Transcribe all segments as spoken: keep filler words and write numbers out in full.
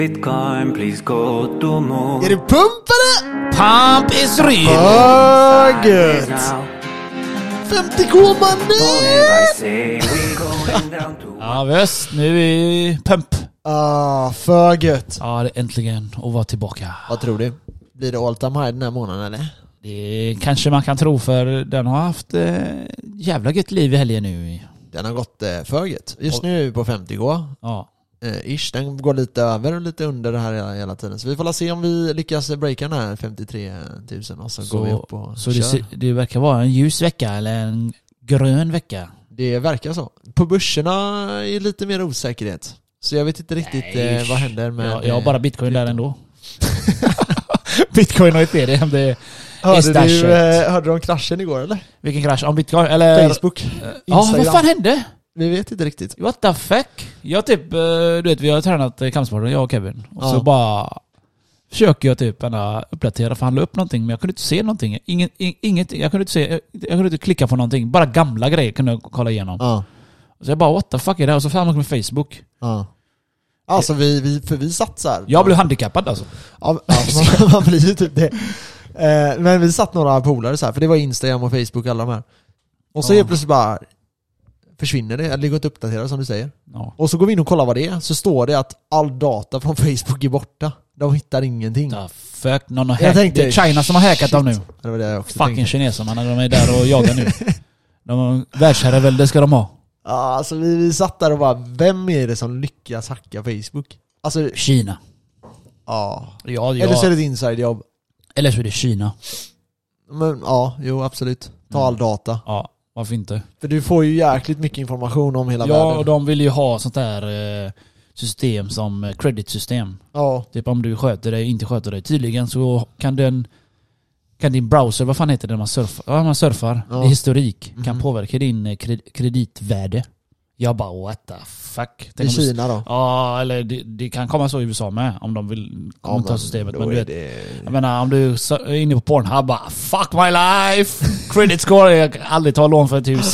Bitcoin, please go to move. Är det pumpare? Pump is real. För gött. femtio k mannen. Ja visst, nu är vi pump. Ah, för gött. Ja, det är äntligen att vara tillbaka. Vad tror du? Blir det all time high den här månaden eller? Det kanske man kan tro, för den har haft eh, jävla gött liv i helgen nu. Den har gått eh, för gött. Just nu är vi på femtio k. Ja. Eh, ish, den går lite över och lite under det här hela, hela tiden. Så vi får se om vi lyckas breaka den här femtiotre tusen och så, så går vi upp och Så kör. det, det verkar vara en ljus vecka eller en grön vecka. Det verkar så. På börserna är lite mer osäkerhet. Så jag vet inte riktigt eh, vad händer med... Jag, jag har bara bitcoin där ändå. Bitcoin och Ethereum, det är... Hörde du, eh, hörde du om kraschen igår eller? Vilken krasch? Om bitcoin? Eller... Facebook? Ja, vad fan hände? Vi vet inte riktigt. What the fuck? Jag typ, du vet, vi har tränat kampsporten, jag och Kevin. Och ja. så bara försöker jag typ ändå uppdatera, för han la upp någonting, men jag kunde inte se någonting. Inget, inget, jag kunde inte se, jag kunde inte klicka på någonting. Bara gamla grejer kunde jag kolla igenom. Ja. Så jag bara, what the fuck är det här? Och så fann jag med Facebook. Ja. Alltså vi, vi, för vi satt så här. Jag blev handikappad alltså. Ja, alltså, man, man blir ju typ det. Eh, men vi satt några polare så här, för det var Instagram och Facebook alla de här. Och så ja. helt plötsligt bara försvinner det, eller det går inte uppdatera som du säger. Ja. Och så går vi in och kollar vad det är, så står det att all data från Facebook är borta. De hittar ingenting. The fuck, någon har Jag hack- tänkte, det är China som har hackat shit. dem nu. Det var det jag också Fucking tänkte. kineserna, när de är där och jagar nu. De världsherravälde ska de ha. Ja, alltså vi, vi satt där och bara, vem är det som lyckas hacka Facebook? Alltså, Kina. ja. Ja, ja. Eller så är det ett inside-jobb. Eller så är det Kina. Men ja, jo absolut. Ta all data. Ja, varför inte? För du får ju jäkligt mycket information om hela Ja, världen. och de vill ju ha sånt där eh, system som eh, credit-system. Ja. Typ om du sköter dig, inte sköter dig. Tydligen så kan den kan din browser, vad fan heter det när man surfar? Ja, man surfar. Ja. Det är historik. Kan Mhm. påverka din eh, kred- kreditvärde. Jag bara, what the fuck? I Tänk om du- Kina då? Ja, eller det, det kan komma så i U S A med om de vill Ja, ta systemet. då Men du är vet, det... jag menar, om du är inne på Pornhub bara, fuck my life! Credit score, jag kan aldrig ta lån för ett hus.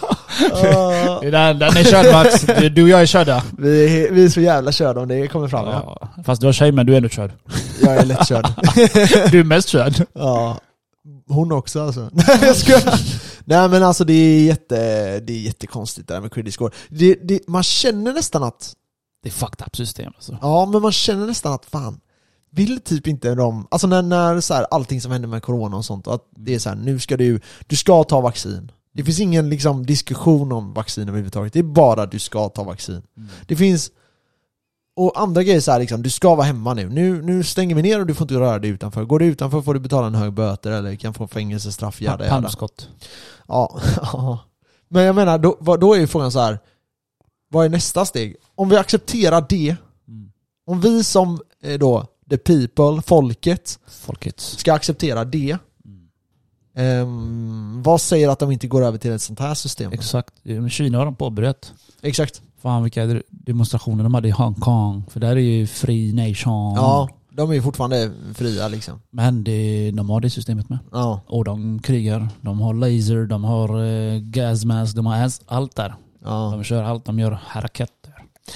Ja. den, den är körd, Max. Du, du och jag är körda. vi, vi är så jävla körda om det kommer fram. Ja. Ja. Fast du har tjej, men du är ändå körd. Jag är lätt körd. Du är mest körd. Ja. Hon också alltså. Nej, jag skojar. Nej men alltså det är jätte det är jättekonstigt det där med credit score. Det, det, man känner nästan att Det är fucked up system alltså. ja, men man känner nästan att fan vill typ inte de, alltså när, när så här, allting som händer med corona och sånt, att det är så här, nu ska du du ska ta vaccin. Det finns ingen liksom diskussion om vaccin överhuvudtaget. Det är bara du ska ta vaccin. Mm. Det finns och andra grejer så här liksom, du ska vara hemma nu. nu. Nu stänger vi ner och du får inte röra dig utanför. Går du utanför får du betala en hög böter eller kan få fängelsestraff. Pa- Palmskott. Ja. Men jag menar, då, vad- då är ju frågan så här, vad är nästa steg? Om vi accepterar det, Mm. om vi som eh, då the people, folket, Folket. ska acceptera det, ehm, vad säger att de inte går över till ett sånt här system? Exakt. Men Kina har de påbörjat. Exakt. Fan vilka demonstrationer de hade i Hongkong. För där är ju free nation. Ja, de är ju fortfarande fria liksom. Men det, de har det systemet med. Ja. Och de krigar. De har laser, de har uh, gasmask, de har allt där. Ja. De kör allt, de gör haraketter.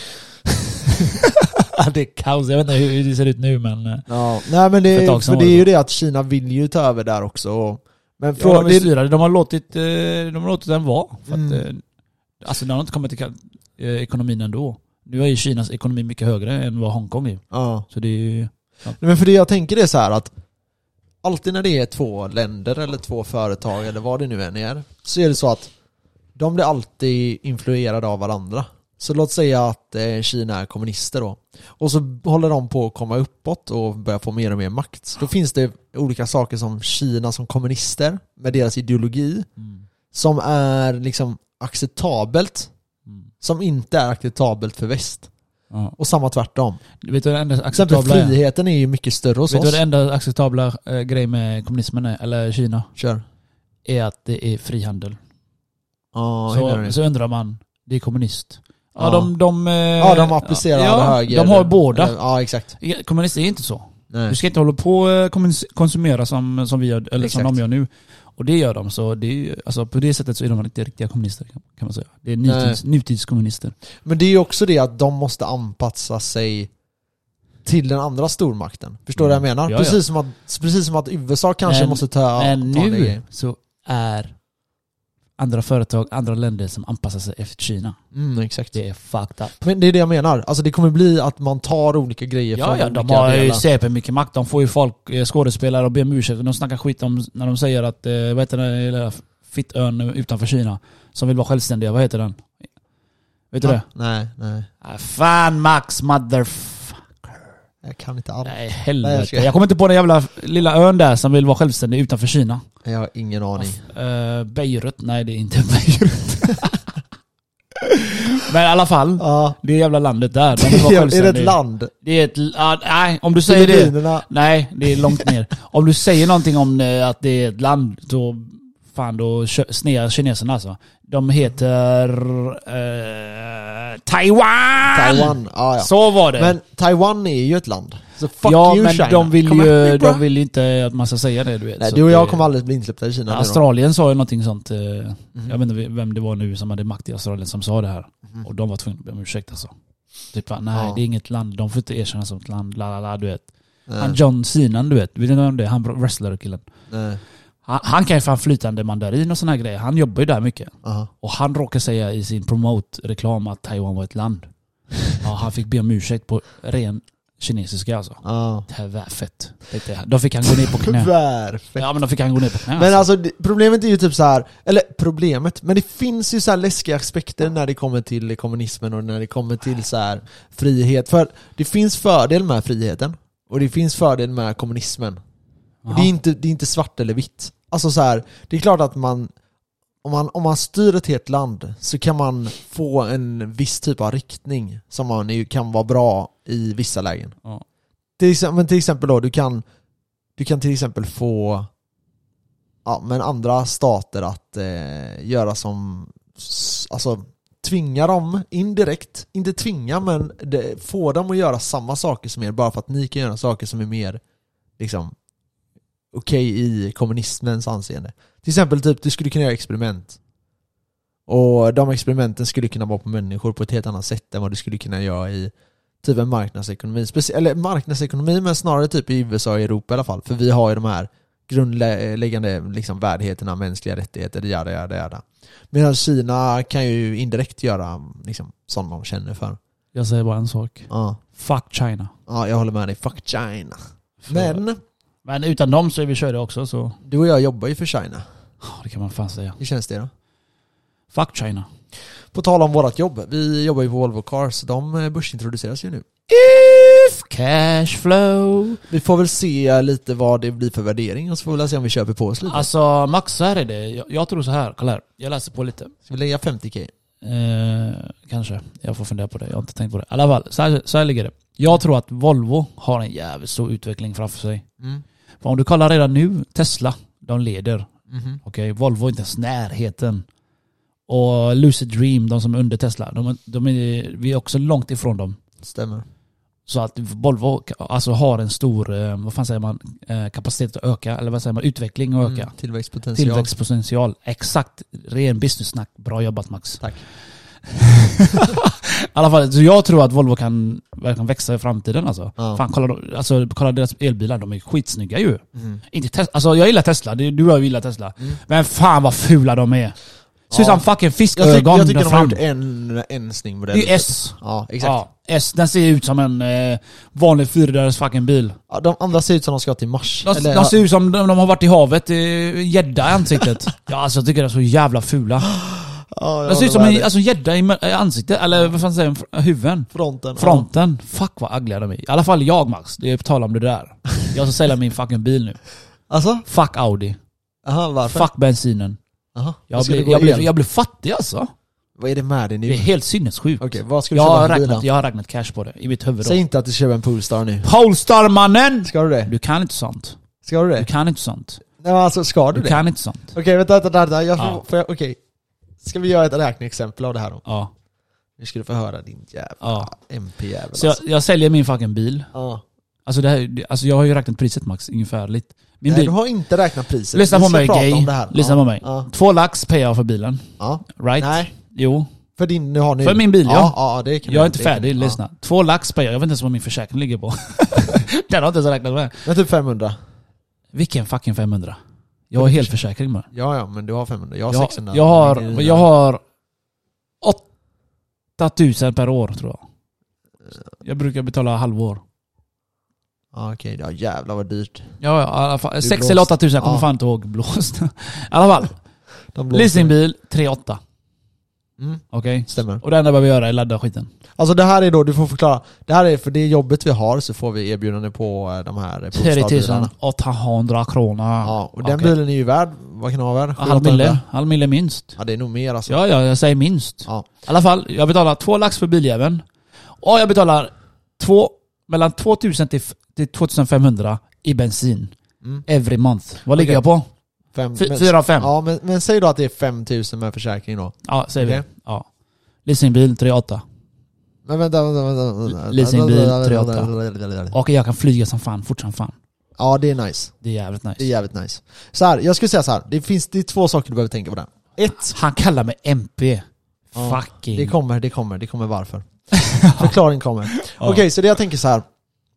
Det är kaos, jag vet inte hur det ser ut nu, men... uh, Ja. Nej men För ett det, tag sedan för var det det är ju så. det att Kina vill ju ta över där också. Och, men Ja, de, det, vill styra det. De har låtit, eh, de har låtit den vara. För att, Mm. eh, alltså den har inte kommit till eh, ekonomin ändå. Nu är ju Kinas ekonomi mycket högre än vad Hongkong är. ja. Så det är ju... Men för det jag tänker är så här att alltid när det är två länder eller två företag eller vad det nu än är, så är det så att de blir alltid influerade av varandra. Så låt säga att eh, Kina är kommunister då. Och så håller de på att komma uppåt och börja få mer och mer makt. Då finns det olika saker som Kina som kommunister med deras ideologi Mm. som är liksom acceptabelt, Mm. som inte är acceptabelt för väst. Ja. Och samma tvärtom. Du vet vad det enda Till exempel acceptabla är? friheten är ju mycket större hos Vet du oss. vad det enda acceptabla eh, grej med kommunismen är, eller Kina? Kör. Är att det är frihandel. Ja, hur menar du? Så, så undrar man, det är kommunist. Ja, Ja. de, de, eh, Ja, de applicerar ja, höger. de har båda. Eller- Ja, exakt. Kommunist är inte så. Nej. Du ska inte hålla på och konsumera som, som vi gör, eller som Exakt. de gör nu. Och det gör de, så det är ju, alltså på det sättet så är de inte riktiga kommunister kan man säga. Det är nutids, nutidskommunister. Men det är ju också det att de måste anpassa sig till den andra stormakten. Förstår du Mm. vad jag menar? Ja, precis, ja. Som att, precis som att U S A kanske Men- måste ta, Men ta det nu grejen. så är andra företag, andra länder som anpassar sig efter Kina. Mm, exakt. Det är fucked up. Men det är det jag menar. Alltså det kommer bli att man tar olika grejer Ja, från ja, de olika har ju delar. C P mycket makt. De får ju folk, eh, skådespelare och ber om ursäkt. De snackar skit om när de säger att, eh, vad heter den lilla fittön utanför Kina som vill vara självständiga. Vad heter den? Vet du Ja, det? nej, nej. Ah, fan Max, motherfucker. Jag kan inte alls. Nej, helvete. Nej, jag ska- Jag kommer inte på den jävla lilla ön där som vill vara självständig utanför Kina. Jag har ingen aning. Uh, Beirut? Nej, det är inte Beirut. Men i alla fall, Ja. det jävla landet där. De vill vara Är det självständiga. ett land? Det är ett... Uh, nej, om du säger det... Filippinerna. Nej, det är långt ner. Om du säger någonting om eh, att det är ett land, då fan då kö- snear kineserna alltså. De heter eh, Taiwan! Taiwan. Ja, ja. Så var det. Men Taiwan är ju ett land. Så fuck ja, you men China. de vill Come at me, ju bro. de vill inte att man ska säga det, du vet. Nej, Så du och att jag det- kommer aldrig bli insläppta i Kina nu då. Australien sa ju någonting sånt. Eh, Mhm. Jag vet inte vem det var nu som hade makt i Australien som sa det här. Mhm. Och de var tvungna att be om ursäkt alltså. Typ va, nej Ja. det är inget land, de får inte erkänna som ett land, la la la, du vet. Nej. Han John Cena, du vet, vet du vem det är? Han wrestler-killen. Nej. Han, han kan ju fan flytande mandarin och såna här grejer. Han jobbar ju där mycket. Aha. Och han råkar säga i sin promote-reklam att Taiwan var ett land. Ja, han fick be om ursäkt på ren kinesiska alltså. Ja. Tvärfett. Då fick han gå ner på knä. Perfekt. Ja, men då fick han gå ner på knä. Men alltså det, problemet är ju typ så här, eller problemet, men det finns ju så här läskiga aspekter när det kommer till kommunismen och när det kommer till så här frihet. För det finns fördel med friheten och det finns fördel med kommunismen. Och det är inte det är inte svart eller vitt. Alltså så här, det är klart att man om man om man styr ett helt land så kan man få en viss typ av riktning som man ju kan vara bra i vissa lägen. Ja. Till exempel, men till exempel då, du kan du kan till exempel få ja, men andra stater att eh, göra som s- alltså tvinga dem indirekt, inte tvinga men det, få dem att göra samma saker som er bara för att ni kan göra saker som är mer liksom okej i kommunismens anseende. Till exempel typ du skulle kunna göra experiment. Och de experimenten skulle kunna vara på människor på ett helt annat sätt än vad du skulle kunna göra i typ en marknadsekonomi. Specie- eller marknadsekonomi, men snarare typ i U S A och Europa i alla fall. För vi har ju de här grundläggande liksom, värdigheterna, mänskliga rättigheter, jada, jada, jada. Medan Kina kan ju indirekt göra liksom, sånt de känner för. Jag säger bara en sak. Ja, Fuck China. ja jag håller med dig. Fuck China. Men Men utan dem så är vi körda också, så du och jag jobbar ju för China. ja, det kan man fan säga. Hur känns det då? Fuck China. På tal om vårat jobb. Vi jobbar ju på Volvo Cars. De börsintroduceras ju nu. If cash flow. Vi får väl se lite vad det blir för värdering och så får vi väl se om vi köper på oss lite. Alltså Max, så här är det. Jag, jag tror så här. Kolla här. Jag läser på lite. Ska vi lägga femtio k? Eh, kanske. Jag får fundera på det. Jag har inte tänkt på det. I alla fall, så här, så här ligger det. Jag tror att Volvo har en jävligt stor utveckling framför sig. Mm. För om du kollar redan nu, Tesla, de leder. Mhm. Okej, Volvo är inte ens närheten. Och Lucid Dream, de som är under Tesla, de, de är, vi är också långt ifrån dem. Stämmer. Så att Volvo alltså har en stor, eh, vad fan säger man, eh, kapacitet att öka, eller vad säger man, utveckling och öka. Mm. Tillväxtpotential. Tillväxtpotential. Exakt. Ren business-snack. Bra jobbat Max. Tack. I alla fall, så jag tror att Volvo kan verkligen växa i framtiden alltså. Ja. Fan, kolla, då- alltså, kolla deras elbilar, de är skitsnygga ju. Mm. Inte Tesla, alltså jag gillar Tesla, det- du och jag gillar Tesla. Mm. Men fan vad fula de är. Ser ut Ja. som fucking Jag, tyck, fiskögon jag tycker där de har fram. gjort en, en snygg modell. Det är S. Ja, exakt. Ja, S, den ser ut som en eh, vanlig fyrdörrars fucking bil. Ja, de andra ser ut som de ska till Mars. De, Eller, de ser ut som de, de har varit i havet, eh, gädda i ansiktet. Ja, alltså jag tycker de är så jävla fula. ja, jag De ser ut som håller en med alltså, gädda i i ansiktet, eller vad fan säger jag, huvuden. dig. Fronten. Fronten. Fuck vad aggliga de är. I alla fall jag Max, det är på tal om det där. Jag ska sälja min fucking bil nu. Ja. Alltså? Fuck Audi. Aha, varför? Fuck bensinen. Aha. Jag Ska det blir, gå jag, blir, el? jag blir fattig alltså. Vad är det med dig nu? Det är helt sinnessjukt. Okej, vad ska du Jag köpa har, för bil räknat, då? jag har räknat cash på det i mitt huvud. Säg Då. inte att du köper en Polestar nu. Polestar-mannen! Ska du det? Du kan inte sånt. Ska du det? Du kan inte sånt. Nej men alltså, ska du Du det? kan inte sånt. Okej, vänta, vänta, vänta. Jag får, Ja. får jag, okej. Ska vi göra ett räkneexempel av det här då? Ja. Nu ska du få höra din jävla Ja. M P-jävel Så jag, alltså. jag säljer min fucking bil. Ja. Alltså, det här, det- alltså jag har ju räknat priset Max, ungefärligt. Min Nej, bil. du har inte räknat priset. Lyssna Vi på ska mig prata gay. om det här. Lyssna ja. på mig. Ja. Två lax payar jag för bilen. Ja. Right? Nej. Jo. För din du har nu. För min bil, ja. Ja, ja det kan Jag är du- inte det färdig, kan- lyssna. Två lax per år. Jag vet inte ens vad min försäkring ligger på. Den har inte ens räknat med. Ja. Men typ femhundra. Vilken fucking femhundra? Jag har helt försäkring med. Ja, ja, men du har femhundra. Jag har Jag, sexhundra. jag har, jag har åtta tusen per år tror jag. Jag brukar betala halvår. Ja, okej. Ja, jävlar vad dyrt. Ja, ja, i alla fall. Du sex blåst. eller åtta tusen, jag kommer Ja. fan inte ihåg blåst. I alla fall. De blåser. Leasingbil, tre åtta. Mm, Okej? stämmer. Och det enda jag behöver göra är ladda skiten. Alltså det här är då, du får förklara. Det här är för det jobbet vi har så får vi erbjudande på eh, de här tre tusen bostadsbilarna. åttahundra kronor. Ja, och den Okej. bilen är ju värd, vad kan den vara värd? Ja, halv mille, halv mille minst. Ja, det är nog mer alltså. Ja, ja, jag säger minst. Ja. I alla fall, jag betalar två lax för biljäveln. Och jag betalar två, mellan tvåtusen till, till tvåtusenfemhundra i bensin. Mm. Every month. Vad ligger Okej. jag på? Fem, Fy- men- Fyra av fem. Ja, Ja, men, men säg då att det är fem tusen med försäkring då. säger Okej. vi. Ja. Leasingbil, tre åtta. Men vänta, vänta, vänta. vänta. Leasingbil, tre åtta. Ja, Och jag kan flyga som fan, fort som fan. Ja, det är nice. Det är jävligt nice. Det är jävligt nice. Så här, jag skulle säga så här. Det finns det är två saker du behöver tänka på där. Ett, Han kallar mig M P. Ja, Fucking. det kommer, det kommer, det kommer varför. Förklaring kommer. Ja. Okej, så det jag tänker så här.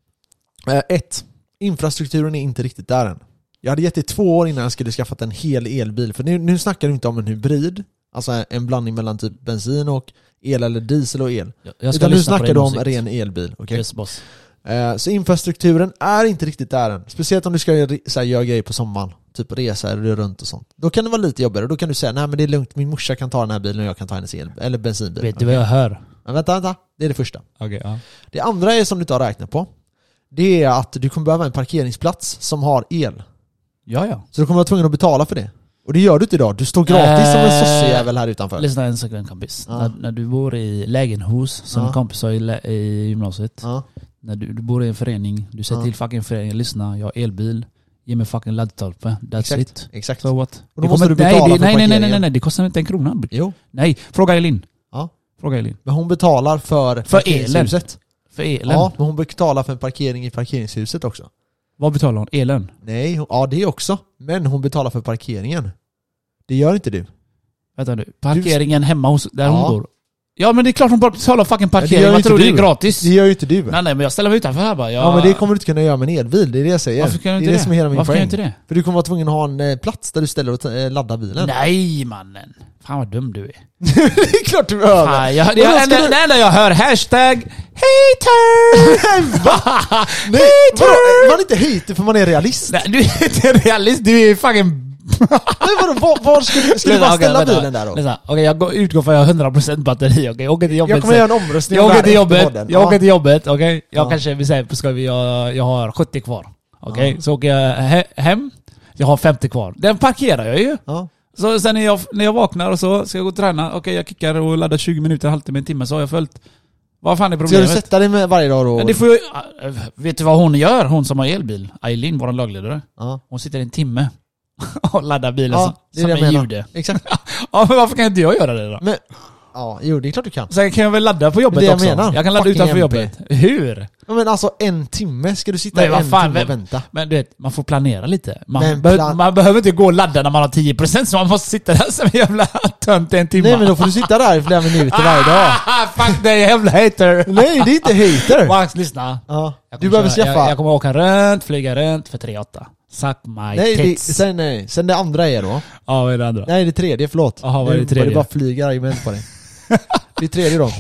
Eh, Ett, infrastrukturen är inte riktigt där än. Jag hade gett det två år innan jag skulle skaffat en hel elbil. För nu, nu snackar du inte om en hybrid. Alltså en blandning mellan typ bensin och el eller diesel och el. Jag- Jag ska Utan nu lyssna på snackar din du om åsikt. ren elbil. Okej? Yes, boss. Eh, Så infrastrukturen är inte riktigt där än. Speciellt om du ska göra, så här, göra grejer på sommaren. Typ resa eller runt och sånt. Då kan det vara lite jobbigare. Då kan du säga, nej men det är lugnt, min morsa kan ta den här bilen och jag kan ta hennes el eller bensinbil. Vet du vad jag hör? Men vänta, vänta. Det är det första. Okej, ja. Det andra är som du inte har räknat på. Det är att du kommer behöva en parkeringsplats som har el. Ja, ja. Så du kommer vara tvungen att betala för det. Och det gör du inte idag. Du står gratis som en Eh, sossejävel här utanför. Lyssna en sekund kompis. Ja. När, när du bor i lägenhus, som Ja. kompis sa i, lä- i gymnasiet. Ja. När du, du bor i en förening, du säger Ja. till fucking föreningen, lyssna, jag har elbil, ge mig fucking laddstolpe, that's Exakt. it. Exakt. So what? Och då måste du nej, betala det, för nej, nej, nej, nej, parkeringen. nej, det kostar inte en krona. Jo. Nej, fråga Elin. Ja. Fråga Elin. Men hon betalar för, För parkeringshuset. För elen. Ja, men hon betalar för en parkering i parkeringshuset också. Vad betalar hon? Elen? Nej, hon, ja det också. Men hon betalar för parkeringen. Det gör inte du. Vänta nu. Parkeringen hemma hos, där Ja. hon bor. Ja men det är klart hon bara betalar fucking Men det parkering. gör Man inte tror det är du. gratis. Det gör ju inte du. Nej nej men jag ställer mig utanför här bara. Jag... Ja men det kommer du inte kunna göra med en elbil, det är det jag säger. Varför kan jag det inte är det? det som är hela min Varför kan poäng. jag inte det? För du kommer vara tvungen att ha en eh, plats där du ställer och t- eh, laddar bilen. Nej mannen. Fan vad dum du är. Det är klart du behöver. Fan, jag, Men jag, då jag, ska det, du- det enda jag hör, hashtag hater! Va? Nej, vadå? Man är inte hater för man är realist. Nej, du är inte realist, du är fucking... Men vadå, var, var ska du, ska du bara ställa bilen där då? Okej, okay, jag går, utgår från att jag har hundra procent batteri, okej? Okay? Jag åker till jobbet Jag kommer sen. göra en omröstning Jag om åker det till här efter jobbet, podden. jag Ja. åker till jobbet, okej? Okay? Jag Ja. kanske, vi säger, ska vi, jag, jag har sjuttio kvar. Okej? Okay? Ja. Så åker jag he, hem, jag har femtio kvar. Den parkerar jag ju. Ja. Så sen när jag, när jag vaknar och så ska jag gå och träna, okej okay, jag kickar och laddar tjugo minuter, en halvtimme, en timme, så har jag följt. Vad fan är Ska problemet? du sätta dig med varje dag då? Men det får ju, äh, vet du vad hon gör? Hon som har elbil, Eileen, vår lagledare. Ja. Hon sitter en timme och laddar bilen Ja, som, det är som det jag en menar. jude. Exakt. Ja men varför kan inte jag göra det då? Men, ja, jo det är klart du kan. Sen kan jag väl ladda på jobbet Det är det också. jag menar. Jag kan ladda Fucking utanför M P. jobbet. Hur? Ja, men alltså en timme, ska du sitta Men vad en fan, timme och vem- vänta? Men du vet, man får planera lite. Man, Men behö- plan- man behöver inte gå och ladda när man har tio procent, så man måste sitta där som en jävla tönt i en timme. Nej men då får du sitta där i flera minuter varje dag. Fuck dig jävla hater! Nej det är inte hater. Max, lyssna. Ja. Jag Du kommer behöver köra- skaffa... Jag, jag kommer åka runt, flyga runt för tre åtta. Suck my nej, det, tits. sen, nej, sen det andra är då... Ja, vad är det andra? Nej det tredje, förlåt. Jaha, vad är det Nu tredje? börjar bara flyga argument på dig. Det tredje då.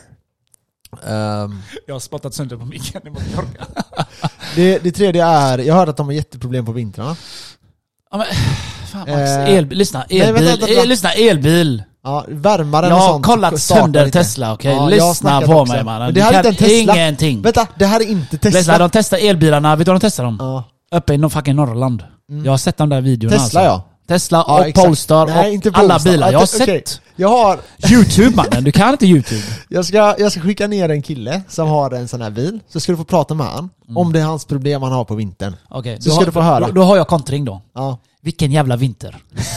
Ehm, Jag har spottat sönder på micken, det måste torka. det, det tredje är, jag hörde att de har jätteproblem på vintrarna. Ja men, fan Max, Eh, elbil, lyssna, nej, elbil, vänta, vänta. eh, lyssna, elbil. Ja, värmaren Jag och har sånt kollat startar sönder inte. Tesla, okej? Ja, jag har Lyssna snackat på också. mig mannen. Men det här är inte en Tesla. Ingenting. Vänta, det här är inte Tesla. Lyssna, de testar elbilarna, vet du vad de testar dem? Ja. Uppe i no fucking Norrland. Mm. Jag har sett de där videorna Tesla alltså. ja. Tesla Ja, och exakt. Polestar Nej, och inte alla Polestar. bilar. Ja, Jag har te- okej. sett Jag har... YouTube mannen, du kan inte YouTube. Jag ska, jag ska skicka ner en kille som har en sån här bil, så ska du få prata med han om det är hans problem han har på vintern. Okej, Så då ska har- du få höra. Då, då har jag kontring då. Ja. Vilken jävla vinter.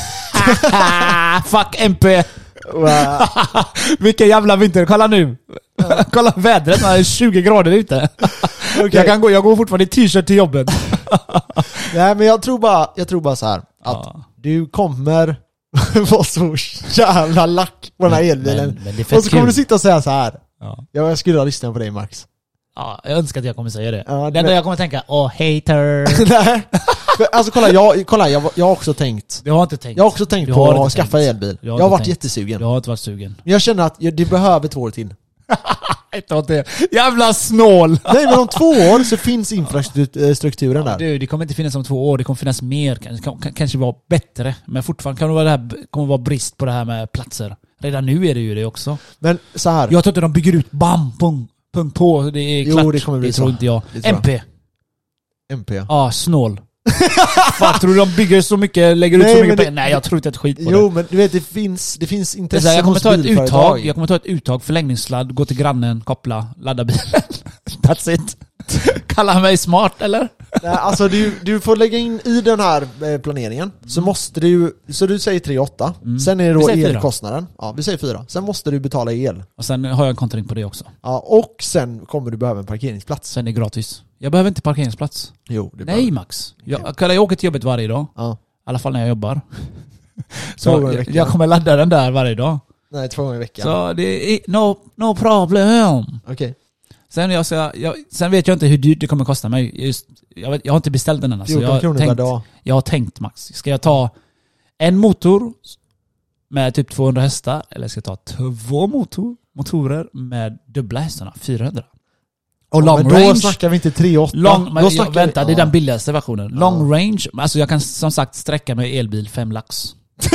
Fuck M P. Wow. Vilken jävla vinter, kolla nu. Kolla vädret, det är tjugo grader ute. Okej. Jag, kan gå, jag går fortfarande i t-shirt till jobbet. Nej men jag tror bara, jag tror bara så här att Ja. du kommer var så jävla lack på den här elbilen. Men, men det är fett och så kommer kul. du sitta och säga så här. Ja. Ja, jag skulle ha lyssnat på dig, Max. Ja, jag önskar att jag kommer säga det. Ja, det det- enda jag kommer tänka, åh, hater. Nej. Alltså kolla, jag, kolla jag, jag har också tänkt. Du har inte tänkt. Jag har också tänkt Du på har att inte skaffa tänkt. elbil. Du Jag har har inte varit tänkt. jättesugen. Du har inte varit sugen. Men jag känner att jag, det behöver två år till. Ett år till. Jävla snål! Nej, men om två år så finns infrastrukturen där. Du, det kommer inte finnas om två år, det kommer finnas mer, kanske, kan, kanske vara bättre. Men fortfarande kan det vara det här, kommer vara brist på det här med platser. Redan nu är det ju det också. Men så här. Jag tror inte de bygger ut bam, pung, pung på, det är Jo, klart. det kommer bli det så. tror inte jag. Det tror jag. M P. M P. Ja, ah, snål. Fan, tror du de bygger så mycket, lägger ut Nej, så men mycket det- pengar? Nej, jag tror inte ett skit på Jo, det. men du vet, det finns, det finns Det är intresse så här, jag kommer hos ta ett uttag, bilföretag. jag kommer ta ett uttag, förlängningssladd, gå till grannen, koppla, ladda bilen. That's it. Kallar mig smart, eller? Nej, alltså du, du får lägga in i den här eh, planeringen, så måste du, så du säger tre komma åtta, Mm. sen är det Vi då säger fyra. elkostnaden. Ja, vi säger fyra. Sen måste du betala el. Och sen har jag en kontring på det också. Ja, och sen kommer du behöva en parkeringsplats. Sen är det gratis. Jag behöver inte parkeringsplats. Jo, det Nej, behöver- Max. Jag, jag, jag åker till jobbet varje dag. Ja. I alla fall när jag jobbar. Två gånger i Så jag, veckan. jag kommer ladda den där varje dag. Nej, två gånger i veckan. Så det är no, no problem. Okej. Sen, jag ska, jag, sen vet jag inte hur dyrt det kommer kosta mig. Just, jag, vet, jag har inte beställt den än. Alltså. Jag, fjorton har kronor per tänkt, dag. jag har tänkt, Max. Ska jag ta en motor med typ tvåhundra hästar, eller ska jag ta två motor, motorer med dubbla hästarna, fyrahundra? Och Ja, long men då range. snackar vi inte tre komma åtta. Long, men då jag, vi- vänta, det är ja. den billigaste versionen. Long range, alltså jag kan som sagt sträcka mig elbil fem lax.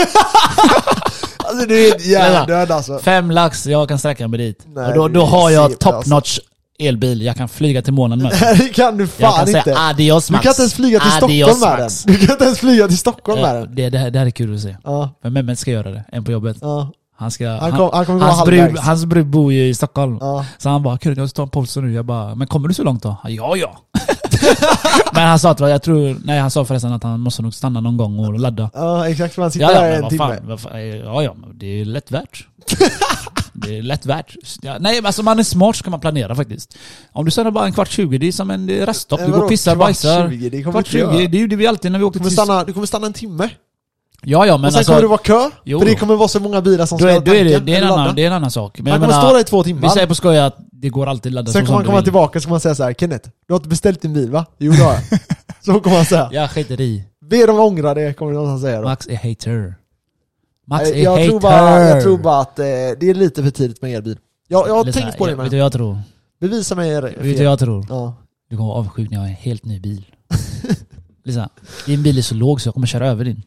Alltså du är hjärndöd alltså. Fem lax, jag kan sträcka mig dit. Nej, och då, det då är har jag segt, top notch elbil. Jag kan flyga till månen med. Det kan du Jag fan kan inte. säga adios Du Max. kan inte ens flyga till Adios, Stockholm med den. Max. Du kan inte ens flyga till Stockholm med Ja, den. det, det, här- det här är kul att se. Ja, Men Mehmet ska göra det, en på jobbet. ja. Han ska... Han kom- han kommer gå hans, brud, halvvägs. hans brud bor ju i Stockholm. Ja. Så han bara, kul jag ska ta en polster nu. Jag bara, men kommer du så långt då? Ja, ja. Men han sa att, jag tror, nej han sa förresten att han måste nog stanna någon gång och ladda. Ja, exakt. Man sitter Ja, ja, där men en vad timme. fan, vad fan, ja, ja, men det är lätt värt. Det är lätt värt. Ja, nej, men alltså man är smart så kan man planera faktiskt. Om du stannar bara en kvart tjugo, det är som en det är raststopp. Du Eh, går och vadå, pissar, kvart bajsar. tjugo? Det kommer Kvart inte göra. tjugo, det gjorde vi alltid när vi Du åkte kommer, till... stanna, du kommer stanna en timme. Ja, ja, men Och sen alltså... kommer det vara kö. Jo. För det kommer vara så många bilar som Då ska är, då är det, tanka det, är en eller annan, ladda. det är en annan sak. Men Han jag kommer menar, stå där i två timmar. vi säger på skoj att det går alltid ladda Sen så kommer han som komma du vill. tillbaka och så kommer han säga så här: Kenneth, du har inte beställt din bil va? Jo det har jag. Så kommer han säga. Jag skiter i. Be dem ångra det, kommer någon säga då. Max är hater. Max Nej, är jag, hater. tror bara, jag tror bara att eh, det är lite för tidigt med elbil. Jag, jag har Lyssna, tänkt på det jag, Vet med. du vad jag tror? Bevisa mig er Vet du vad jag tror? Ja. Du kommer vara avundsjuk när jag har en helt ny bil. Lyssna, din bil är så låg så jag kommer köra över din.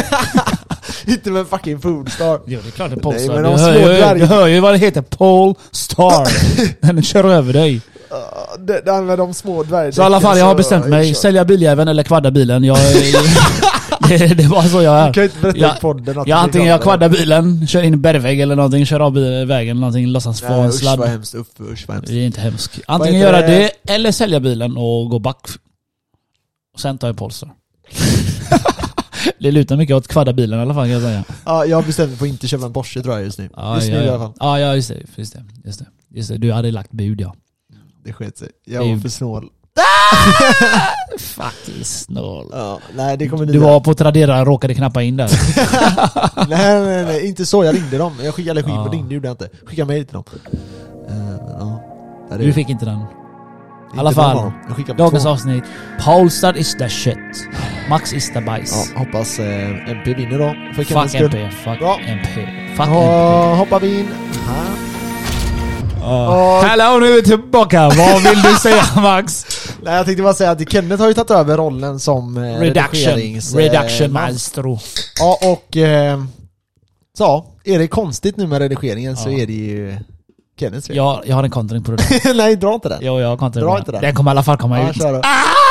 Inte med fucking Polestar. Jo, det är klart det är Nej, Polestar. men Du, de hör små ju, dvärg- du hör ju vad det heter. Polestar. Den kör över dig. Uh, det, det med de små dvärgdäcken. Så i alla fall, jag har bestämt mig. Jag Sälja biljäveln eller kvadda bilen. Jag, det, det var så jag Du är. kan ju inte berätta Ja, i podden att Ja, du antingen är jag glad. kvaddar bilen, kör in i bergvägg eller någonting, kör av bil- vägen eller någonting, låtsas få Nej, en usch sladd. vad hemskt. Uff, usch vad hemskt. Det är inte hemskt. Antingen heter göra det? det eller sälja bilen och gå back. Och sen ta en Polestar. Det lutar mycket åt kvadda bilen i alla fall kan jag säga. Ja, jag har bestämt mig på att inte köpa en Porsche tror jag just nu. Ja, just ja, nu i ja. alla fall. Ja, ja just, det, just, det, just det. Just det. Du hade lagt bud ja. Det sket sig. Det Jag är var ju- för snål. Fucking snål. Ja, nej det kommer Du nya. var på Tradera och råkade knappa in där. nej, nej, nej, inte så. Jag ringde dem. Jag skickade, eller skickade, Ja. ringde gjorde jag inte. Skickade mejl till dem. Uh, ja. Där är Du det. fick inte den. Inte alla någon fall. av dem. Jag skickade på Dagens två. avsnitt. Polestar is the shit. Max is the bajs. Ja, hoppas eh, M P vinner då. För Fuck Kenneths M skull. P. Fuck Bra. M P. Fuck M P. Ja, hoppar vi in. Ha. Oh. Hallå, nu är vi tillbaka. Vad vill du säga Max? Nej, jag tänkte bara säga att Kenneth har ju tagit över rollen som eh, Reduction. redigerings- Reduction eh, man. maestro. Ja, och eh, så, är det konstigt nu med redigeringen så Ja. är det ju Kenneths fel. Jag, jag har en kontring på det där. Nej, dra inte den. Jo, jag har kontring Dra på inte den. den. Den kommer i alla fall komma Ja, ut. kör då.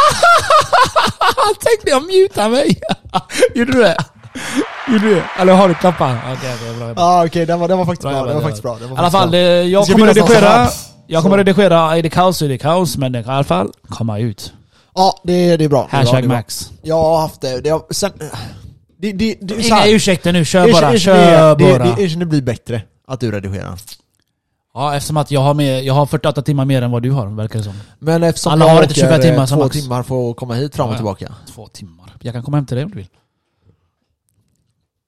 Tänkte jag muta mig? Gjorde du det? Gjorde du det? Eller har du klappat? Okej, okej, bra. bra. Ja, okej, den var, den var faktiskt Bra bra. jobbat, Den var bra faktiskt bra. Den var I alla faktiskt fall, bra. det, jag Det ska kommer finnas någon redigera... så Jag kommer redigera, är det kaos så är det kaos, men det kan i alla fall komma ut. Ja, det, det är bra. Det är bra, det Hashtag är bra. Max. Jag har haft det. det har, sen, det, det, det, så Inga här. ursäkter nu, kör Erkänn- bara, erkänn kör det, bara. det, det, erkänn det blir bättre att du redigerar. Ja, eftersom att jag har, med, jag har fyrtioåtta timmar mer än vad du har, verkar det som. Men eftersom Alla jag har inte åker, tjugofem timmar eh, som två Max. timmar för att komma hit fram och Ja, ja. tillbaka. Två timmar. Jag kan komma hem till dig om du vill.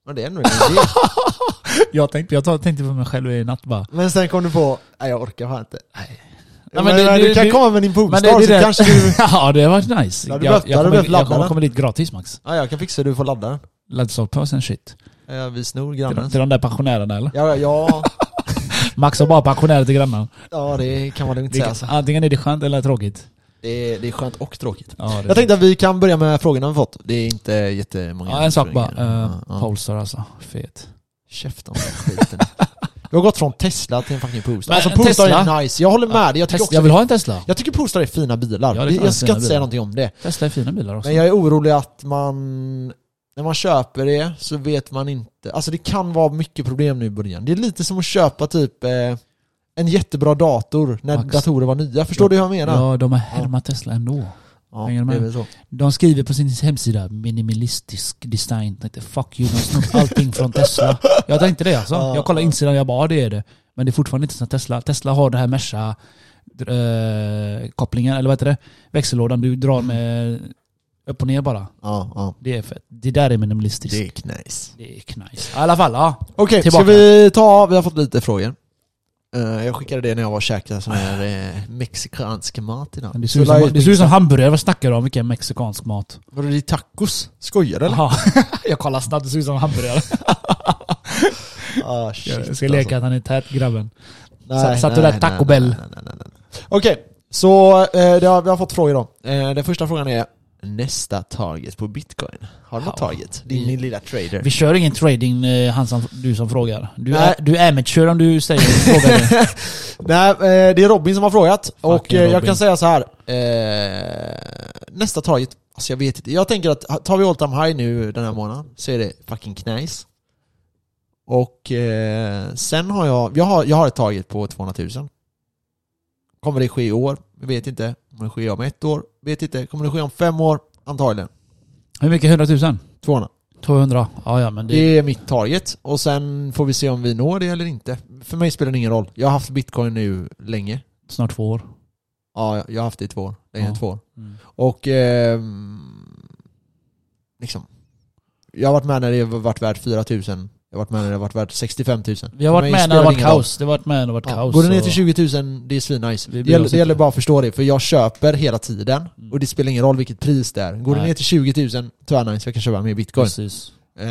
Men det är ändå en idé. jag, tänkte, jag tänkte på mig själv i natt bara. Men sen kom du på, nej jag orkar fan inte. Nej. Ja, men, men det, du det, kan det, komma med din Polestar det, det, så det, kanske du... ja, det var nice. Ja, jag, jag, kommer, jag kommer komma komma dit gratis, Max. Ja, jag kan fixa det, du får ladda den. Ladda på sen shit. Ja, vi snor grannen. Till, till de där pensionärerna eller? Ja, ja. Max har bara pensionärer till grannar. Ja, det kan man lugnt säga. Alltså. Antingen är det skönt eller tråkigt. Det är, det är skönt och tråkigt. Ja, det jag tänkte att vi kan börja med frågorna vi fått. Det är inte jättemånga. Ja, en sak bara. Uh, ja, ja. Polestar alltså. Fet. Käften med skiten. Vi har gått från Tesla till en fucking Polestar. Men alltså Polestar Tesla? är nice. Jag håller med dig. Jag, Tesla, också jag vill ha en Tesla. Jag tycker Polestar är fina bilar. Ja, jag ska inte säga någonting om det. Tesla är fina bilar också. Men jag är orolig att man... När man köper det så vet man inte... Alltså det kan vara mycket problem nu i början. Det är lite som att köpa typ... Eh, en jättebra dator när Max. Datorer var nya. Förstår ja. du hur jag menar? Ja, de har härmat ja. Tesla ändå. Ja, det är väl så. De skriver på sin hemsida minimalistisk design. Jag tänkte, fuck you, de snott allting från Tesla. Jag tänkte det alltså. Ja, jag kollade insidan, jag bara, ja, det är det. Men det är fortfarande inte som Tesla. Tesla har det här mesha äh, kopplingen, eller vad heter det? Växellådan du drar med upp och ner bara. Ja, ja. Det är fett. Det där är minimalistiskt. Det är knäs. Det är knäs. I alla fall, ja. Okej, okay, ska vi ta... Vi har fått lite frågor. Uh, jag skickade det när jag var och käkade sån här eh, mexikansk mat idag. Det ser ut som, det ser ut som hamburgare. Vad snackar du om? Vilken mexikansk mat? Var det tacos? Skojar du eller? Jaha. Jag kollar snabbt. Det ser ut som hamburgare. ah, shit, jag ska leka alltså. Att han är tät, grabben. Nej, satt du där Taco Bell? Okej, okay, så eh, det har, vi har fått frågor då. Eh, den första frågan är nästa target på Bitcoin. Har du något ja. target? Din vi, lilla trader. Vi kör ingen trading, han som, du som frågar. Du är, du är amateur om du säger frågar. Nej, eh, det är Robin som har frågat. Fucking och eh, jag Robin. kan säga så här. Eh, nästa target, alltså jag vet inte. Jag tänker att tar vi all time high nu den här månaden så är det fucking nice. Och eh, sen har jag, jag har, jag har ett target på tvåhundratusen. Kommer det ske i år? Jag vet inte. Kommer det ske om ett år? Vet inte. Kommer det ske om fem år? Antagligen. Hur mycket? hundratusen? tvåhundra. tvåhundra. Ja, ja, men det... det är mitt target. Och sen får vi se om vi når det eller inte. För mig spelar det ingen roll. Jag har haft Bitcoin nu länge. Snart två år. Ja, jag har haft det i två år. Längre än ja. två år. Mm. Och eh, liksom jag har varit med när det har varit värt fyra tusen. Jag har varit med när det har varit värt sextiofem tusen. Vi har varit med när det har varit kaos. Det har varit med när det har varit ja. kaos. Går det ner till tjugo tusen, det är svinnice. Det gäller, det gäller bara att förstå det. För jag köper hela tiden. Mm. Och det spelar ingen roll vilket pris det är. Går Nej. det ner till tjugo tusen, så är det nice. Jag kan köpa mer Bitcoin. Precis.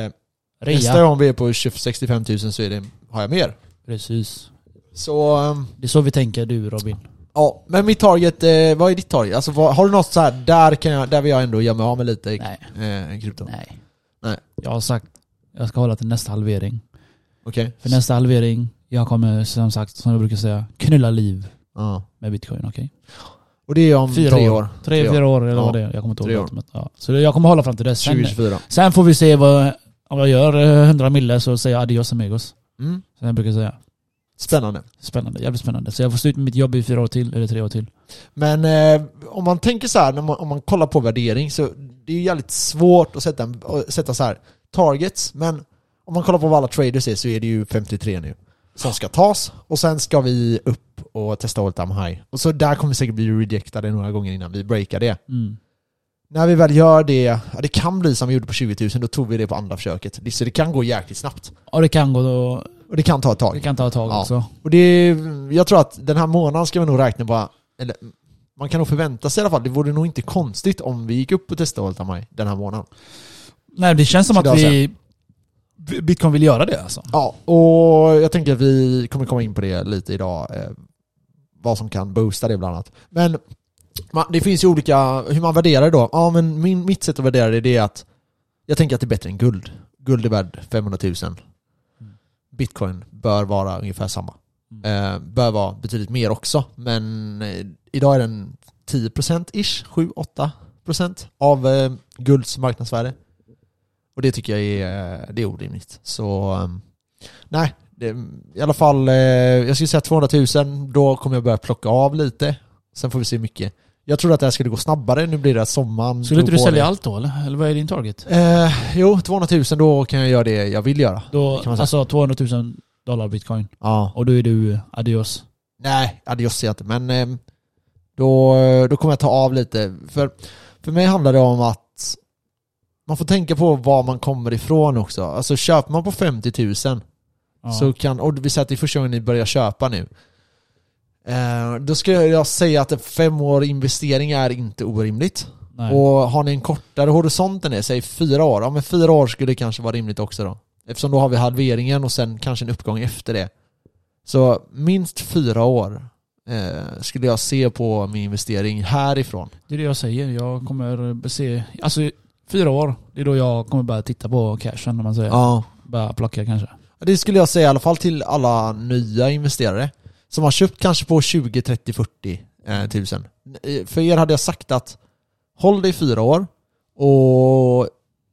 Eh, nästa gång vi är på sextiofem tusen så är det, har jag mer. Precis. Så... Um, det är så vi tänker du, Robin. Ja, men mitt target, eh, vad är ditt target? Alltså, vad, har du något så här, där, kan jag, där vill jag ändå göra mig av med lite eh, krypto? Nej. Nej. Jag har sagt, jag ska hålla till nästa halvering. Okej. Okay. För nästa halvering, jag kommer som sagt, som jag brukar säga, knulla liv ja. med Bitcoin, okej? Okay? Och det är om fyra tre år. Tre, tre fyra år, eller ja. vad det är. Jag kommer inte ihåg det. Ja. Så jag kommer hålla fram till det. Sen, tjugo tjugofyra. Sen får vi se vad, om jag gör hundra mille så säger jag adios amigos. Mm. Som jag brukar säga. Spännande. Spännande, jävligt spännande. Så jag får slut med mitt jobb i fyra år till, eller tre år till. Men eh, om man tänker så här, när man, om man kollar på värdering, så det är ju jävligt svårt att sätta, att sätta så här targets. Men om man kollar på vad alla traders är så är det ju femtiotre nu som ska tas. Och sen ska vi upp och testa all time high. Och så där kommer vi säkert bli rejectade några gånger innan vi breakar det. Mm. När vi väl gör det, ja, det kan bli som vi gjorde på tjugo tusen, då tog vi det på andra försöket. Så det kan gå jäkligt snabbt. Ja, det kan gå då. Och det kan ta ett tag. Det kan ta ett tag ja. också. Och det, jag tror att den här månaden ska vi nog räkna på, eller man kan nog förvänta sig i alla fall. Det vore nog inte konstigt om vi gick upp och testade all time high den här månaden. Nej, det känns som att vi Bitcoin vill göra det alltså. Ja, och jag tänker att vi kommer komma in på det lite idag. Eh, vad som kan boosta det bland annat. Men man, det finns ju olika, hur man värderar det då. Ja, men min, mitt sätt att värdera det, det är att jag tänker att det är bättre än guld. Guld är värd femhundratusen. Mm. Bitcoin bör vara ungefär samma. Mm. Eh, bör vara betydligt mer också. Men eh, idag är den tio procent ish, sju till åtta procent av eh, gulds marknadsvärde. Och det tycker jag är, det är orimligt. Så um, nej, det, i alla fall eh, jag skulle säga tvåhundratusen, då kommer jag börja plocka av lite. Sen får vi se mycket. Jag tror att det här skulle gå snabbare. Nu blir det sommaren. Skulle inte du sälja det. allt då eller? Eller vad är din target? Eh, jo, tvåhundratusen, då kan jag göra det jag vill göra. Då, alltså tvåhundratusen dollar bitcoin. Ja. Och då är du adios. Nej, adios säger jag inte. Men eh, då, då kommer jag ta av lite. För, för mig handlar det om att man får tänka på var man kommer ifrån också. Alltså köper man på femtio tusen ja. så kan, och vi säger att det är första gången ni börjar köpa nu. Eh, då skulle jag säga att en fem år investering är inte orimligt. Nej. Och har ni en kortare horisont än det, säg fyra år. Ja, men fyra år skulle det kanske vara rimligt också då. Eftersom då har vi halveringen och sen kanske en uppgång efter det. Så minst fyra år eh, skulle jag se på min investering härifrån. Det är det jag säger. Jag kommer se, alltså fyra år, det är då jag kommer börja titta på cashen när man säger. Ja. Börja plocka kanske. Det skulle jag säga i alla fall till alla nya investerare som har köpt kanske på tjugo, trettio, fyrtio eh, tusen. För er hade jag sagt att håll dig i fyra år och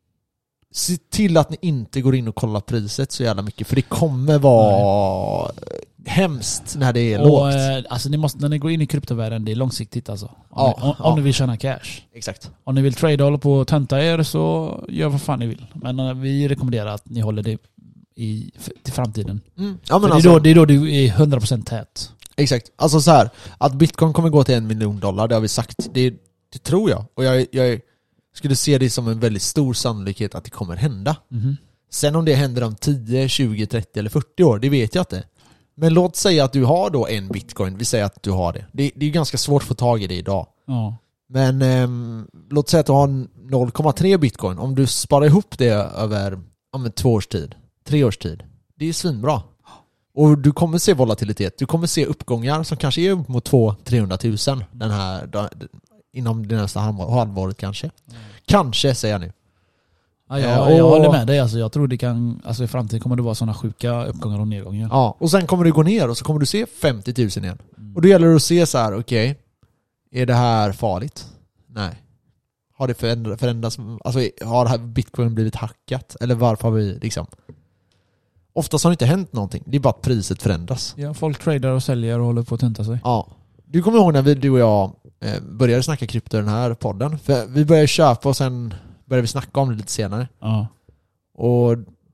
se till att ni inte går in och kollar priset så jävla mycket. För det kommer vara Nej. hemskt när det är och, lågt. Eh, alltså ni måste, när ni går in i kryptovärlden, det är långsiktigt alltså. Om, ja, ni, om, ja. om ni vill tjäna cash. Exakt. Om ni vill trade och hålla på och tönta er så gör vad fan ni vill. Men eh, vi rekommenderar att ni håller det i, till framtiden. Mm. Ja, men alltså, det, är då, det är då du är hundra procent tät. Exakt. Alltså så här, att bitcoin kommer gå till en miljon dollar, det har vi sagt. Det, det tror jag. Och jag, jag skulle se det som en väldigt stor sannolikhet att det kommer hända. Mm. Sen om det händer om tio, tjugo, trettio eller fyrtio år, det vet jag inte. Men låt säga att du har då en bitcoin. Vi säger att du har det. Det, det är ganska svårt att få tag i det idag. Ja. Men eh, låt säga att du har noll komma tre bitcoin. Om du sparar ihop det över om två års tid, tre års tid. Det är svinbra. Och du kommer se volatilitet. Du kommer se uppgångar som kanske är upp mot två till trehundratusen den här, inom det nästa halvåret kanske. Mm. Kanske, säger jag nu. Ja, jag, jag håller med dig. Alltså, jag tror det kan, alltså, i framtiden kommer det vara sådana sjuka uppgångar och nedgångar. Ja, och sen kommer det gå ner och så kommer du se femtio tusen igen. Mm. Och då gäller det att se så här, okej, okay, är det här farligt? Nej. Har det förändrats? förändrats alltså, har det här bitcoin blivit hackat? Eller varför har vi liksom... Oftast har det inte hänt någonting. Det är bara att priset förändras. Ja, folk tradar och säljer och håller på att tönta sig. Ja. Du kommer ihåg när vi, du och jag eh, började snacka krypto i den här podden? För vi började köpa och sen började vi snacka om det lite senare. Ja. Och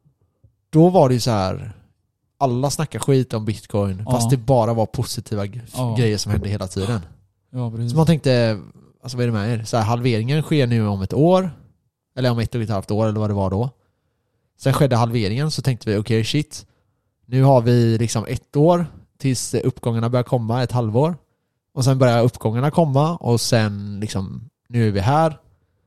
då var det ju så här, alla snackar skit om bitcoin, ja. Fast det bara var positiva g- ja. grejer som hände hela tiden. Ja, precis. Så man tänkte, alltså vad är det med er? Så här, halveringen sker nu om ett år. Eller om ett och ett halvt år, eller vad det var då. Sen skedde halveringen, så tänkte vi, okej, okay, shit. Nu har vi liksom ett år tills uppgångarna börjar komma, ett halvår. Och sen börjar uppgångarna komma och sen liksom, nu är vi här.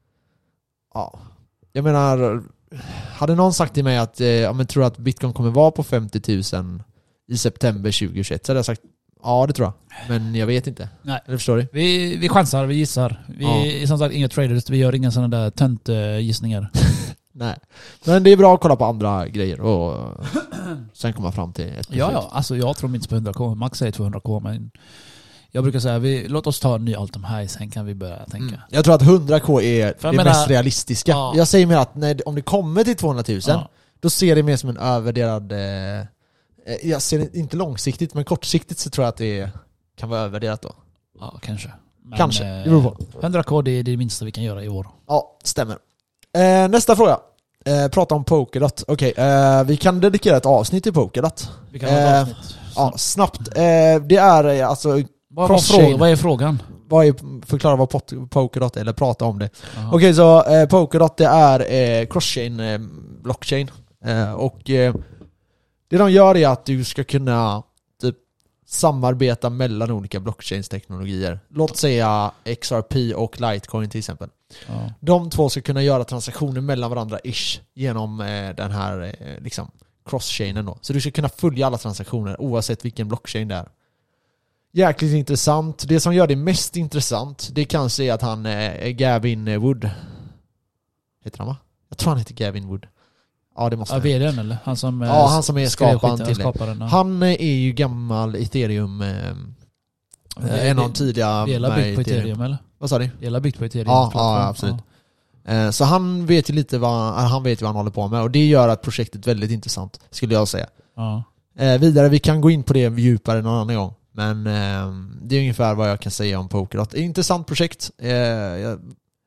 Ja, jag menar, hade någon sagt till mig att eh, ja, men tror att bitcoin kommer vara på femtio tusen i september tjugohundratjugoett, så hade jag sagt, ja det tror jag. Men jag vet inte. Nej. Eller förstår du? Vi, vi chansar, vi gissar. Vi ja. är som sagt inga traders, vi gör inga sådana där tönt uh, gissningar. Nej. Men det är bra att kolla på andra grejer och sen komma fram till ett beslut. Ja, ja, alltså jag tror minst på hundra k. Max säger tvåhundra k, men jag brukar säga, vi, låt oss ta en ny Altum här, sen kan vi börja tänka. Mm. Jag tror att hundra k är För det menar, mest realistiska. Ja. Jag säger mer att när, om det kommer till tvåhundratusen, ja. då ser det mer som en övervärderad... Eh, jag ser det inte långsiktigt, men kortsiktigt så tror jag att det kan vara övervärderat då. Ja, kanske. Men, kanske, det beror på. hundra k det är det minsta vi kan göra i år. Ja, stämmer. Eh, nästa fråga. Eh, prata om Polkadot. Okej, okay, eh, vi kan dedikera ett avsnitt till Polkadot. Vi kan ha ett avsnitt. Eh, ja, snabbt. Eh, det är alltså... Vad, vad, fråga, vad är frågan? Vad är, förklara vad pot, Polkadot är, eller prata om det. Okej, okay, så eh, Polkadot det är eh, cross-chain eh, blockchain. Eh, och eh, det de gör är att du ska kunna typ samarbeta mellan olika blockchains-teknologier. Låt säga X R P och Litecoin till exempel. Ja. De två ska kunna göra transaktioner mellan varandra ish genom eh, den här eh, liksom cross-chainen då. Så du ska kunna följa alla transaktioner oavsett vilken blockchain det är. Jäkligt intressant. Det som gör det mest intressant, det kanske är att han eh, Gavin Wood heter han va? Jag tror han heter Gavin Wood. Ja, det måste ja, vdn eller? Han som, ja, han som är skaparen till skaparen, det. Han är ju gammal Ethereum eh, en av de tidiga Delar byggt på Ethereum eller? Vad sa du? Delar byggt på Ethereum. Ja, ja absolut. Ja. Så han vet ju lite vad han vet vad han håller på med, och det gör att projektet är väldigt intressant skulle jag säga. Ja. Eh, vidare, vi kan gå in på det djupare någon annan gång. Men eh, det är ungefär vad jag kan säga om Polkadot. Intressant projekt. Eh, jag,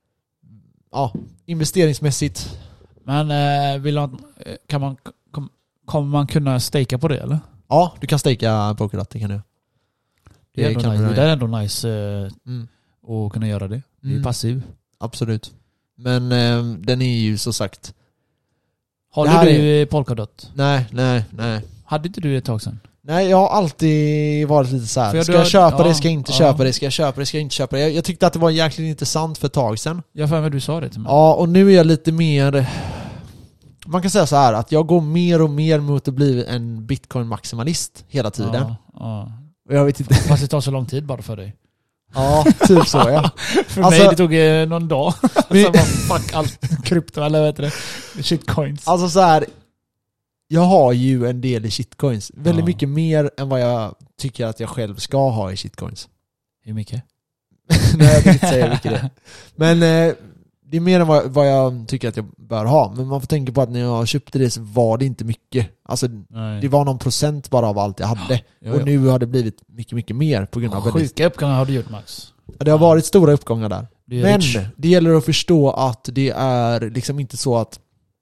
ja, investeringsmässigt. Men eh, vill man, kan man, kom, kommer man kunna staka på det eller? Ja, du kan staka Polkadot, det kan du. Det är, det, kan nice. Det är ändå nice eh, mm. att kunna göra det. Det är mm. passiv. Absolut. Men eh, den är ju så sagt... Har Det här du är- Polkadot? Nej, nej, nej. Hade inte du det ett tag sedan? Nej, jag har alltid varit lite så För här. jag- Ska jag du- köpa ja, det, ska jag inte ja. köpa det, ska jag köpa det, ska jag inte köpa det. Jag, jag tyckte att det var jäkligt intressant för ett tag sedan. Jag för mig du sa det till mig. Ja, och nu är jag lite mer... Man kan säga så här att jag går mer och mer mot att bli en bitcoin-maximalist hela tiden. Ja, ja. Och jag vet inte... Fast det tar så lång tid bara för dig. Ja, typ så ja. För Alltså- mig det tog eh, någon dag. Vi- Sen bara fuck allt krypto eller vad heter det? Shitcoins. Alltså så här. Jag har ju en del i shitcoins. Väldigt Ja. mycket mer än vad jag tycker att jag själv ska ha i shitcoins. Hur mycket? Nej, jag vill inte säga mycket det. Men eh, det är mer än vad, vad jag tycker att jag bör ha. Men man får tänka på att när jag köpte det så var det inte mycket. Alltså Nej. det var någon procent bara av allt jag hade. Jo, Och jo. nu har det blivit mycket, mycket mer på grund av väldigt... Sjuka uppgångar har du gjort Max. Det har varit stora uppgångar där. Du är Men rich. det gäller att förstå att det är liksom inte så att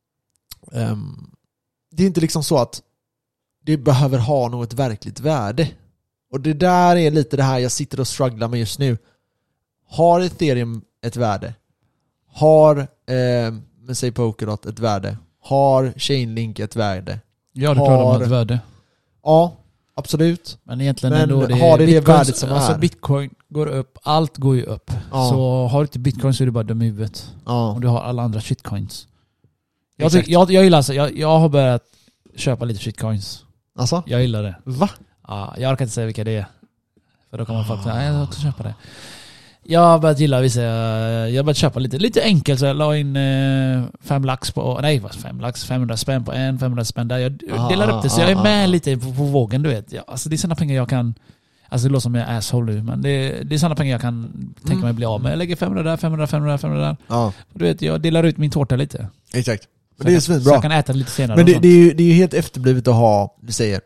ehm, det är inte liksom så att det behöver ha något verkligt värde. Och det där är lite det här jag sitter och strugglar med just nu. Har Ethereum ett värde? Har eh, men säg Polkadot ett värde? Har Chainlink ett värde? Ja, du pratar om har- ett värde. Ja, absolut. Men egentligen Men ändå det har det det Bitcoin, värdet som alltså är? bitcoin går upp, allt går ju upp. Ja. Så har du inte bitcoin så är du bara dum i huvudet. Ja. Om du har alla andra shitcoins. Jag, Exakt. tyck, jag, jag gillar alltså, jag, jag har börjat köpa lite shitcoins. Alltså? Jag gillar det. Va? Ja, jag orkar inte säga vilka det är. För då kommer folk säga, nej jag ska också köpa det. Jag har börjat gilla vissa, jag har börjat köpa lite, lite enkelt så jag la in eh, fem lax på, nej vad fem lax, femhundra spänn på en, femhundra spänn där. Jag Ah, delar upp det så ah, jag är med ah, lite på, på vågen du vet. Ja, alltså det är sådana pengar jag kan, alltså det låter som jag är asshole nu, men det, det är sådana pengar jag kan tänka Mm. mig bli av med. Jag lägger femhundra där, femhundra, femhundra, femhundra där. Ja, Du vet, jag delar ut min tårta lite. exakt. Så Men det är jag kan- Så svinbra. jag kan äta lite senare. Men och det, sånt. det, är ju, det är ju helt efterblivet att ha, vi säger,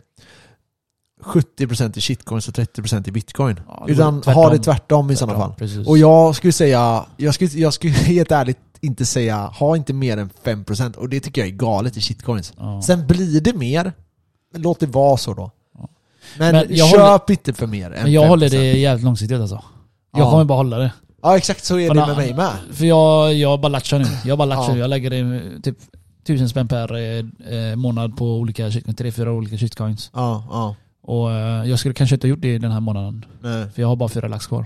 sjuttio procent i shitcoins och trettio procent i bitcoin. Ja, det Utan borde ha det tvärtom. tvärtom i sådana Tvärtom, fall. precis. Och jag skulle säga, jag skulle, jag skulle helt ärligt inte säga, ha inte mer än fem procent. Och det tycker jag är galet i shitcoins. Ja. Sen blir det mer, men låt det vara så då. Ja. Men, Men jag köp håller- inte för mer än Men jag fem procent. håller det jävligt långsiktigt alltså. Jag Ja. kommer bara hålla det. Ja exakt, så är För det na- med mig med. För jag, jag bara latchar nu. Jag bara latchar Ja. nu. Jag lägger det typ tusen spänn per eh, eh, månad på olika shitcoins. Tre, fyra olika shitcoins. Ja, ja. Och eh, jag skulle kanske inte ha gjort det den här månaden. Nej. För jag har bara fyra lax kvar.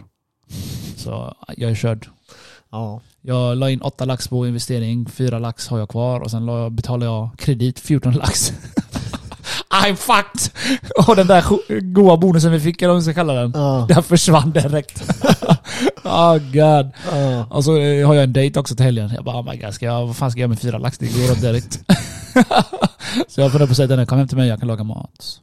Så jag är körd. Ja. Jag la in åtta lax på investering. Fyra lax har jag kvar. Och sen la jag, betalade jag kredit fjorton lax. I'm fucked! Och den där go- goa bonusen vi fick, eller vad man ska kalla den. Ja. Den försvann direkt. Oh god. Ja. Och så eh, har jag en dejt också till helgen. Jag bara, oh my god, ska jag, vad fan ska jag göra med fyra lax? Det går åt direkt. Så jag funderar på att säga till henne, kom hem till mig, jag kan laga mat.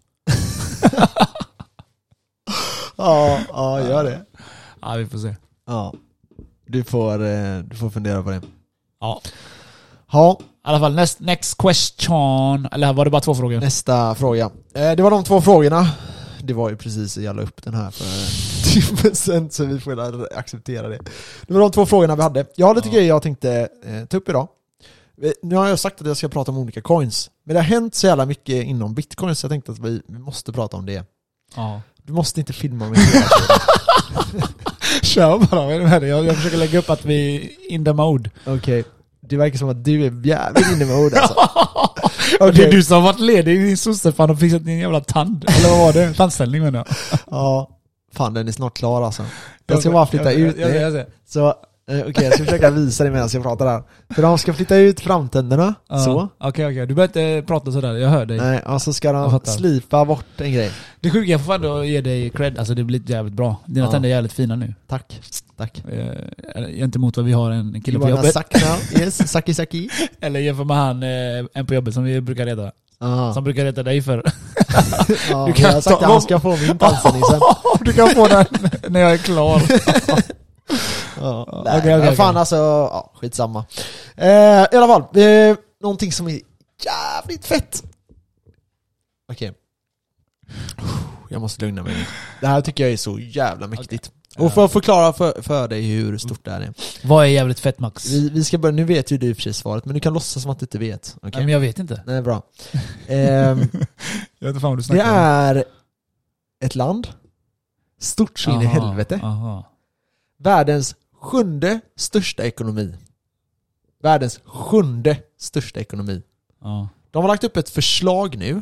Ja, ja, gör det. Ja, vi får se. Ja. Du får, eh, du får fundera på det. Ja. Ja, I alla fall, next, next question. Eller var det bara två frågor? nästa fråga. Eh, det var de två frågorna. Det var ju precis jag la upp den här för en timme sedan, så vi får väl acceptera det. Det var de två frågorna vi hade. Jag har lite Ja. grejer jag tänkte eh, ta upp idag. Eh, Nu har jag sagt att jag ska prata om olika coins. Men det har hänt så jävla mycket inom bitcoin så jag tänkte att vi, vi måste prata om det. Ja. Du måste inte filma mig hela tiden. Kör bara, vad är det med det? Jag, jag försöker lägga upp att vi är in the mode. Okej. Det verkar som att du är jävligt inne med ord alltså. Och det är Okej. du som har varit ledig i din sossefan och fixat din jävla tand. Eller vad var det? Tandställning menar jag. Ja. Fan, den är snart klar alltså. Jag ska bara flytta ut jag, det. jag, jag, jag, Så, eh, okej, jag ska försöka visa dig medan jag pratar här. För de ska flytta ut framtänderna, Ja. så. Okej, okej. Du behöver inte prata sådär, jag hör dig. Nej, och så ska Jag de fattar. slipa bort en grej. Det sjuka, jag får fan då ge dig cred. Alltså det blir jävligt bra. Dina Ja. tänder är jävligt fina nu. Tack. Tack. Eh, Gentemot vad vi har en kille på You wanna jobbet. suck now? Yes, sucky sucky. Eller jämför med han, eh, en på jobbet som vi brukar reda. Aha. Som brukar reda dig för. Ja, du kan jag har sagt ta- att han ska få min tandställning sen. Du kan få den när jag är klar. Ja. Okej, Nej, okej, men fan okej. alltså, ja, skitsamma. Eh, I alla fall, eh, någonting som är jävligt fett. Okej. Jag måste lugna mig. Det här tycker jag är så jävla mäktigt. Ja. Och för att förklara för, för dig hur stort det här är. Vad är jävligt fett Max? Vi, vi ska börja, nu vet ju du i och för sig svaret, men du kan låtsas som att du inte vet. Okej? Nej, men jag vet inte. Nej, bra. Ehm, Jag vet inte fan vad du det snackar om. är ett land, stort så in i Aha, helvete. aha. Världens sjunde största ekonomi. världens sjunde största ekonomi. Ja. De har lagt upp ett förslag nu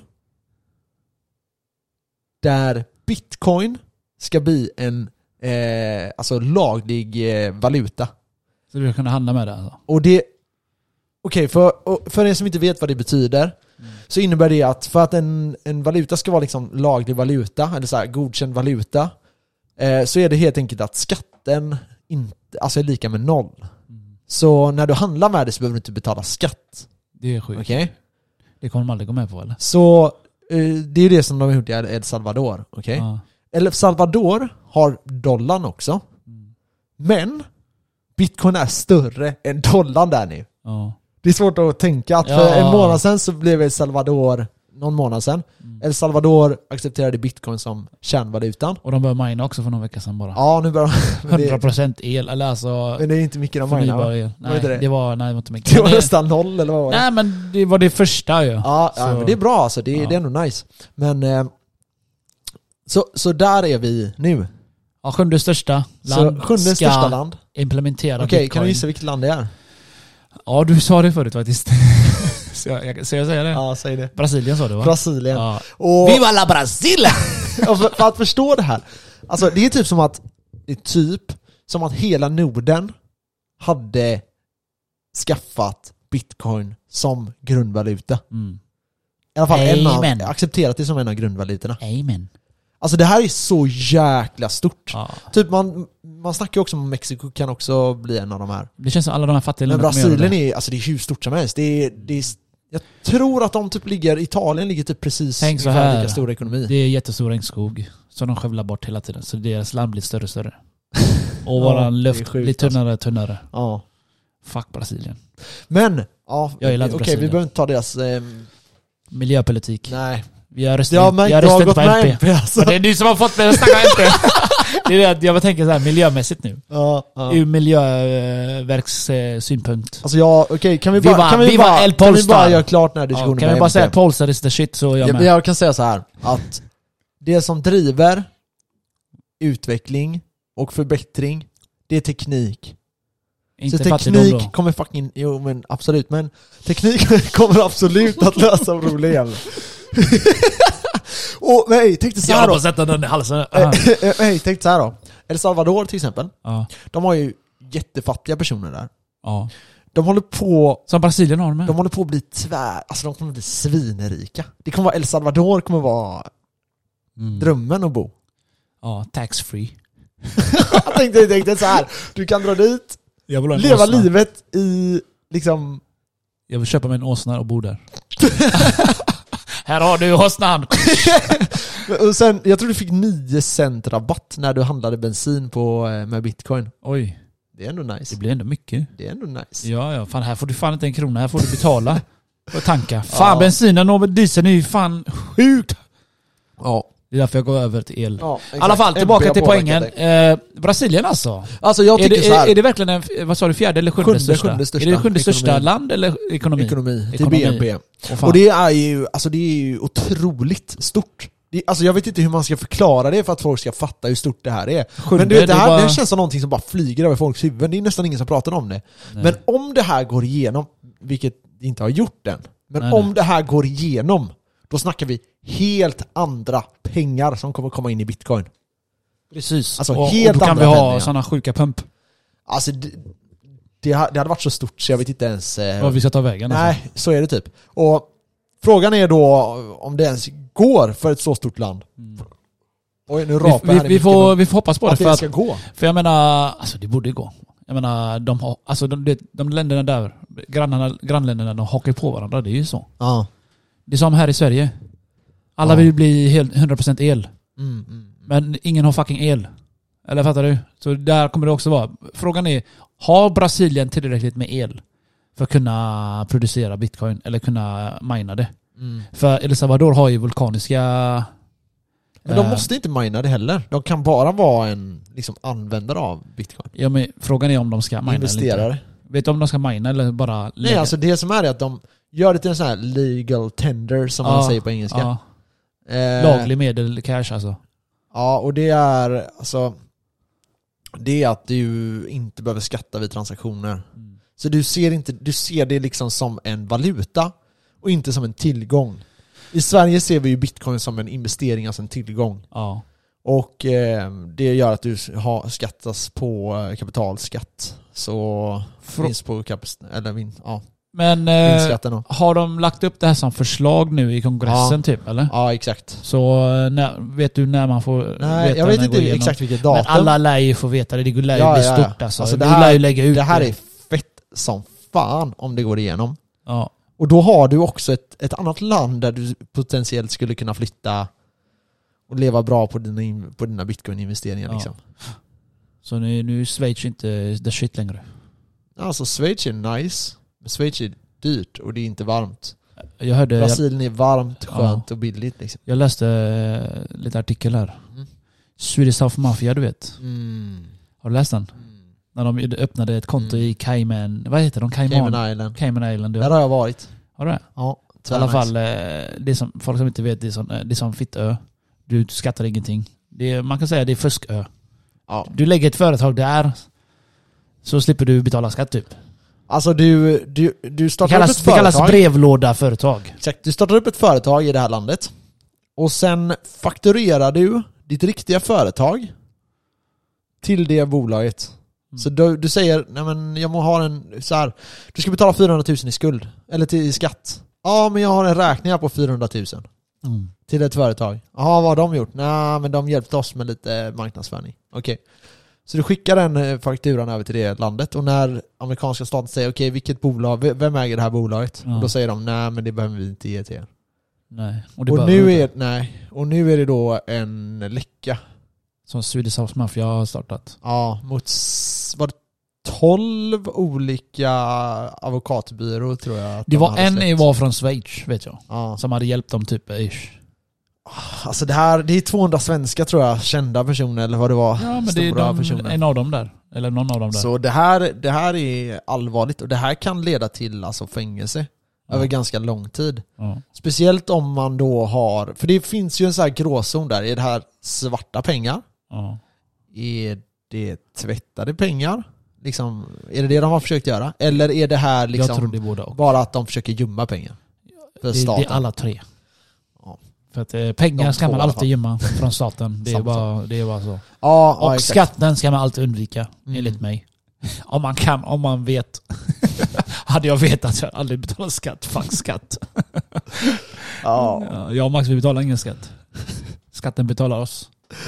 där bitcoin ska bli en eh, alltså laglig eh, valuta. Så du kan handla med det alltså. Och det okej, okay, för, för er som inte vet vad det betyder mm. så innebär det att för att en, en valuta ska vara liksom laglig valuta eller så här godkänd valuta eh, så är det helt enkelt att skatten inte, alltså är lika med noll. Mm. Så när du handlar med det så behöver du inte betala skatt. Det är sjukt. Okej? Okay? Det kommer de aldrig gå med på eller? Så eh, det är det som de har gjort i El Salvador. Okej? Okay? Ja. El Salvador har dollarn också. Mm. Men bitcoin är större än dollarn där nu. Ja. Det är svårt att tänka att för ja. en månad sedan så blev El Salvador, någon månad sedan, mm. El Salvador accepterade bitcoin som kärnvalutan. Och de började mina också för några veckor sedan bara. Ja, nu börjar hundra procent el, eller alltså... Men det är inte mycket de minar. Nej, det? det var nej, det var inte mycket. Det var nästan noll, eller vad var det? Nej, men det var det första ju. Ja, ja men det är bra alltså, det, ja. det är nog nice. Men, eh, så, så där är vi nu. Ja, sjunde största land så, sjunde ska största land. implementera Okej, okay, kan du gissa vilket land det är? Ja, du sa det förut faktiskt. Så jag, jag, så jag säger det? Ja, säg det. Brasilien sa du va? Brasilien. Ja. Och, Viva la Brasil! för, för att förstå det här. Alltså det är typ som att det är typ som att hela Norden hade skaffat bitcoin som grundvaluta. Mm. I alla fall en av, accepterat det som en av grundvalutorna. Amen. Alltså det här är så jäkla stort. Ja. Typ man, man snackar ju också om att Mexiko kan också bli en av de här. Det känns som alla de här fattiga länderna. Men Brasilien är, alltså det är hur stort som helst. Det är, det är, jag tror att de typ ligger, Italien ligger typ precis Tänk så här, lika stor ekonomi. Det är jättestor regnskog som de skövlar bort hela tiden. Så deras land blir större och större. Och ja, våran luft sjukt, blir tunnare och tunnare. Ja. Fuck Brasilien. Men, ja, okej, okay, vi behöver inte ta deras... Eh, miljöpolitik. Nej. Vi har röstat, ja, men jag har röstat på M P. M P alltså. Det är du som har fått mig att snacka M P. Det är det att jag tänker så här miljömässigt nu. Ja, ja. Ur miljöverks eh, synpunkt. Alltså ja, okej, okay, kan vi vi bara var, kan vi, vi bara, El kan vi bara göra klart den här diskussionen ja, kan vi bara M P. Säga Polestar is the shit så jag ja, med. Jag kan säga så här att det som driver utveckling och förbättring, det är teknik. Inte så teknik kommer fucking, jo men absolut, men teknik kommer absolut att lösa problem. Och nej, tänk dig så här jag då. Jag sätta den i halsen. Nej, tänk dig så här då. El Salvador till exempel. Ja. De har ju jättefattiga personer där. Ja. De håller på... Som Brasilien har med. De håller på att bli tvär... Alltså de kommer bli svinrika. Det kommer vara El Salvador kommer vara mm. drömmen att bo. Ja, tax free. Jag tänkte, jag tänkte så här. Du kan dra dit, leva åsna. Livet i liksom... Jag vill köpa mig en åsna och bo där. Här har du åsnan. Och sen, jag tror du fick nio cent rabatt när du handlade bensin på, med bitcoin. Oj. Det är ändå nice. Det blir ändå mycket. Det är ändå nice. Ja, ja. Fan, här får du fan inte en krona. Här får du betala och tanka. Fan, ja. Bensinen och dieseln är ju fan sjukt. Ja. Det är därför jag går över till el. Ja, i alla fall, tillbaka till poängen. Eh, Brasilien alltså. Alltså jag tycker är det, så här. Är, är det verkligen en, vad sa du, fjärde eller sjunde, sjunde, största? sjunde största? Är det sjunde ekonomi. Största land eller ekonomi? Ekonomi, till ekonomi. B N P. Oh, och det är ju, alltså det är ju otroligt stort. Det, alltså jag vet inte hur man ska förklara det för att folk ska fatta hur stort det här är. Sjunde, men du vet, det här, bara... det här känns som någonting som bara flyger över folks huvuden. Det är nästan ingen som pratar om det. Nej. Men om det här går igenom, vilket det inte har gjort än, men nej, om nej. det här går igenom, då snackar vi helt andra pengar som kommer komma in i bitcoin. Precis. Alltså och, helt och då kan andra vi ha pengar. sådana sjuka pump. Alltså det, det hade varit så stort så jag vet inte ens... Eh, vad vi ska ta vägen. Nej, alltså. Så är det typ. Och frågan är då om det ens går för ett så stort land. Mm. Oj, nu rapar vi, vi, vi, får, vi får hoppas på det. Att för det att, ska gå. För jag menar, alltså det borde gå. Jag menar, de, har, alltså de, de, de länderna där, grannarna, grannländerna, de hakar på varandra. Det är ju så. Ja. Det är som här i Sverige. Alla ja. vill bli helt hundra procent el. Mm, mm. Men ingen har fucking el. Eller fattar du? Så där kommer det också vara. Frågan är, har Brasilien tillräckligt med el för att kunna producera bitcoin eller kunna mina det? Mm. För El Salvador har ju vulkaniska... Men de måste inte mina det heller. De kan bara vara en liksom, användare av bitcoin. Ja, men frågan är om de ska mina investerare. Eller inte. Vet du om de ska mina eller bara... Nej, lägga? Alltså det som är, är att de gör det till en sån här legal tender som ja, man säger på engelska. Ja. Eh, Laglig medel cash alltså. Ja, och det är alltså det är att du inte behöver skatta vid transaktioner. Mm. Så du ser, inte, du ser det liksom som en valuta och inte som en tillgång. I Sverige ser vi ju bitcoin som en investering, alltså en tillgång. Ja. Och eh, det gör att du har skattas på eh, kapitalskatt. Så Frå- finns på kapital, eller vin, ja, Men eh, vinstskatten då. har de lagt upp det här som förslag nu i kongressen Ja. typ, eller? Ja, exakt. Så när, vet du när man får Nej, veta jag vet när det inte går igenom? exakt vilket Men datum. alla lär ju få veta det. Det lär ju Ja, bli ja, ja. stort alltså. Alltså, det det här- lär ju lägga ut Det här är fett som fan om det går igenom. Ja. Och då har du också ett, ett annat land där du potentiellt skulle kunna flytta och leva bra på dina, in- på dina bitcoin-investeringar. Ja. Liksom. Så nu, nu är Schweiz inte the shit längre. Alltså Schweiz är nice, men Schweiz är dyrt och det är inte varmt. Jag hörde... Jag, Brasilien är varmt, skönt och billigt. Liksom. jag läste eh, lite artikel här. Mm. Swedish South Mafia, du vet. Mm. Har du läst den? När de öppnade ett konto Mm. i Cayman... Vad heter de? Cayman, Cayman Island. Cayman Island. Där Ja. har jag varit. Har du det? Ja, I alla fall, eh, det som, folk som inte vet, det är som, det är som fittö. Du skattar ingenting. Det är, man kan säga det är fuskö. Ja. Du lägger ett företag där, så slipper du betala skatt typ. Alltså du, du, du Det startar upp kallas, ett det kallas företag. brevlåda-företag. Exakt, du startar upp ett företag i det här landet. Och sen fakturerar du ditt riktiga företag till det bolaget. Mm. Så du, du säger, nej men jag må ha en så här, du ska betala fyrahundratusen i skuld. Eller till i skatt. Ja, men jag har en räkning här på fyrahundratusen. Mm. Till ett företag. Jaha, vad har de gjort? Nej, men de hjälpte oss med lite marknadsföring. Okej. Så du skickar den eh, fakturan över till det landet. Och när amerikanska staten säger, okej, vilket bolag, v- vem äger det här bolaget? Ja. Och då säger de, nej men det behöver vi inte ge till er. Nej. Och, det Och bara- nu, är, nej, och nu är det då en läcka. Som Swedish House Mafia har startat. Ja, mot s- var det tolv olika advokatbyråer tror jag. Att Det de var hade en släppt. var från Schweiz, vet jag. Ja. Som hade hjälpt dem typ ish. Alltså det här, det är tvåhundra svenska tror jag, kända personer eller vad det var. Ja, men det är Stora de, personer. en av dem där. Eller någon av dem där. Så det här, det här är allvarligt och det här kan leda till alltså fängelse Ja. över ganska lång tid. Ja. Speciellt om man då har, för det finns ju en sån här gråzon där, är det här svarta pengar? Ja. Är det tvättade pengar? Liksom, är det det de har försökt göra? Eller är det här liksom Jag tror det är båda och. bara att de försöker gömma pengar? För Det, staten? det är alla tre. Ja. För att eh, pengar De ska två man i alla alltid fall. gömma från staten. Det är, Samma bara, det är bara så. Ja, ja, Och exakt. skatten ska man alltid undvika, Mm. enligt mig. Om man kan, om man vet. Hade jag vetat att jag aldrig betalat skatt. Fuck skatt. Ja. Ja, jag och Max, vi betalar ingen skatt. Skatten betalar oss.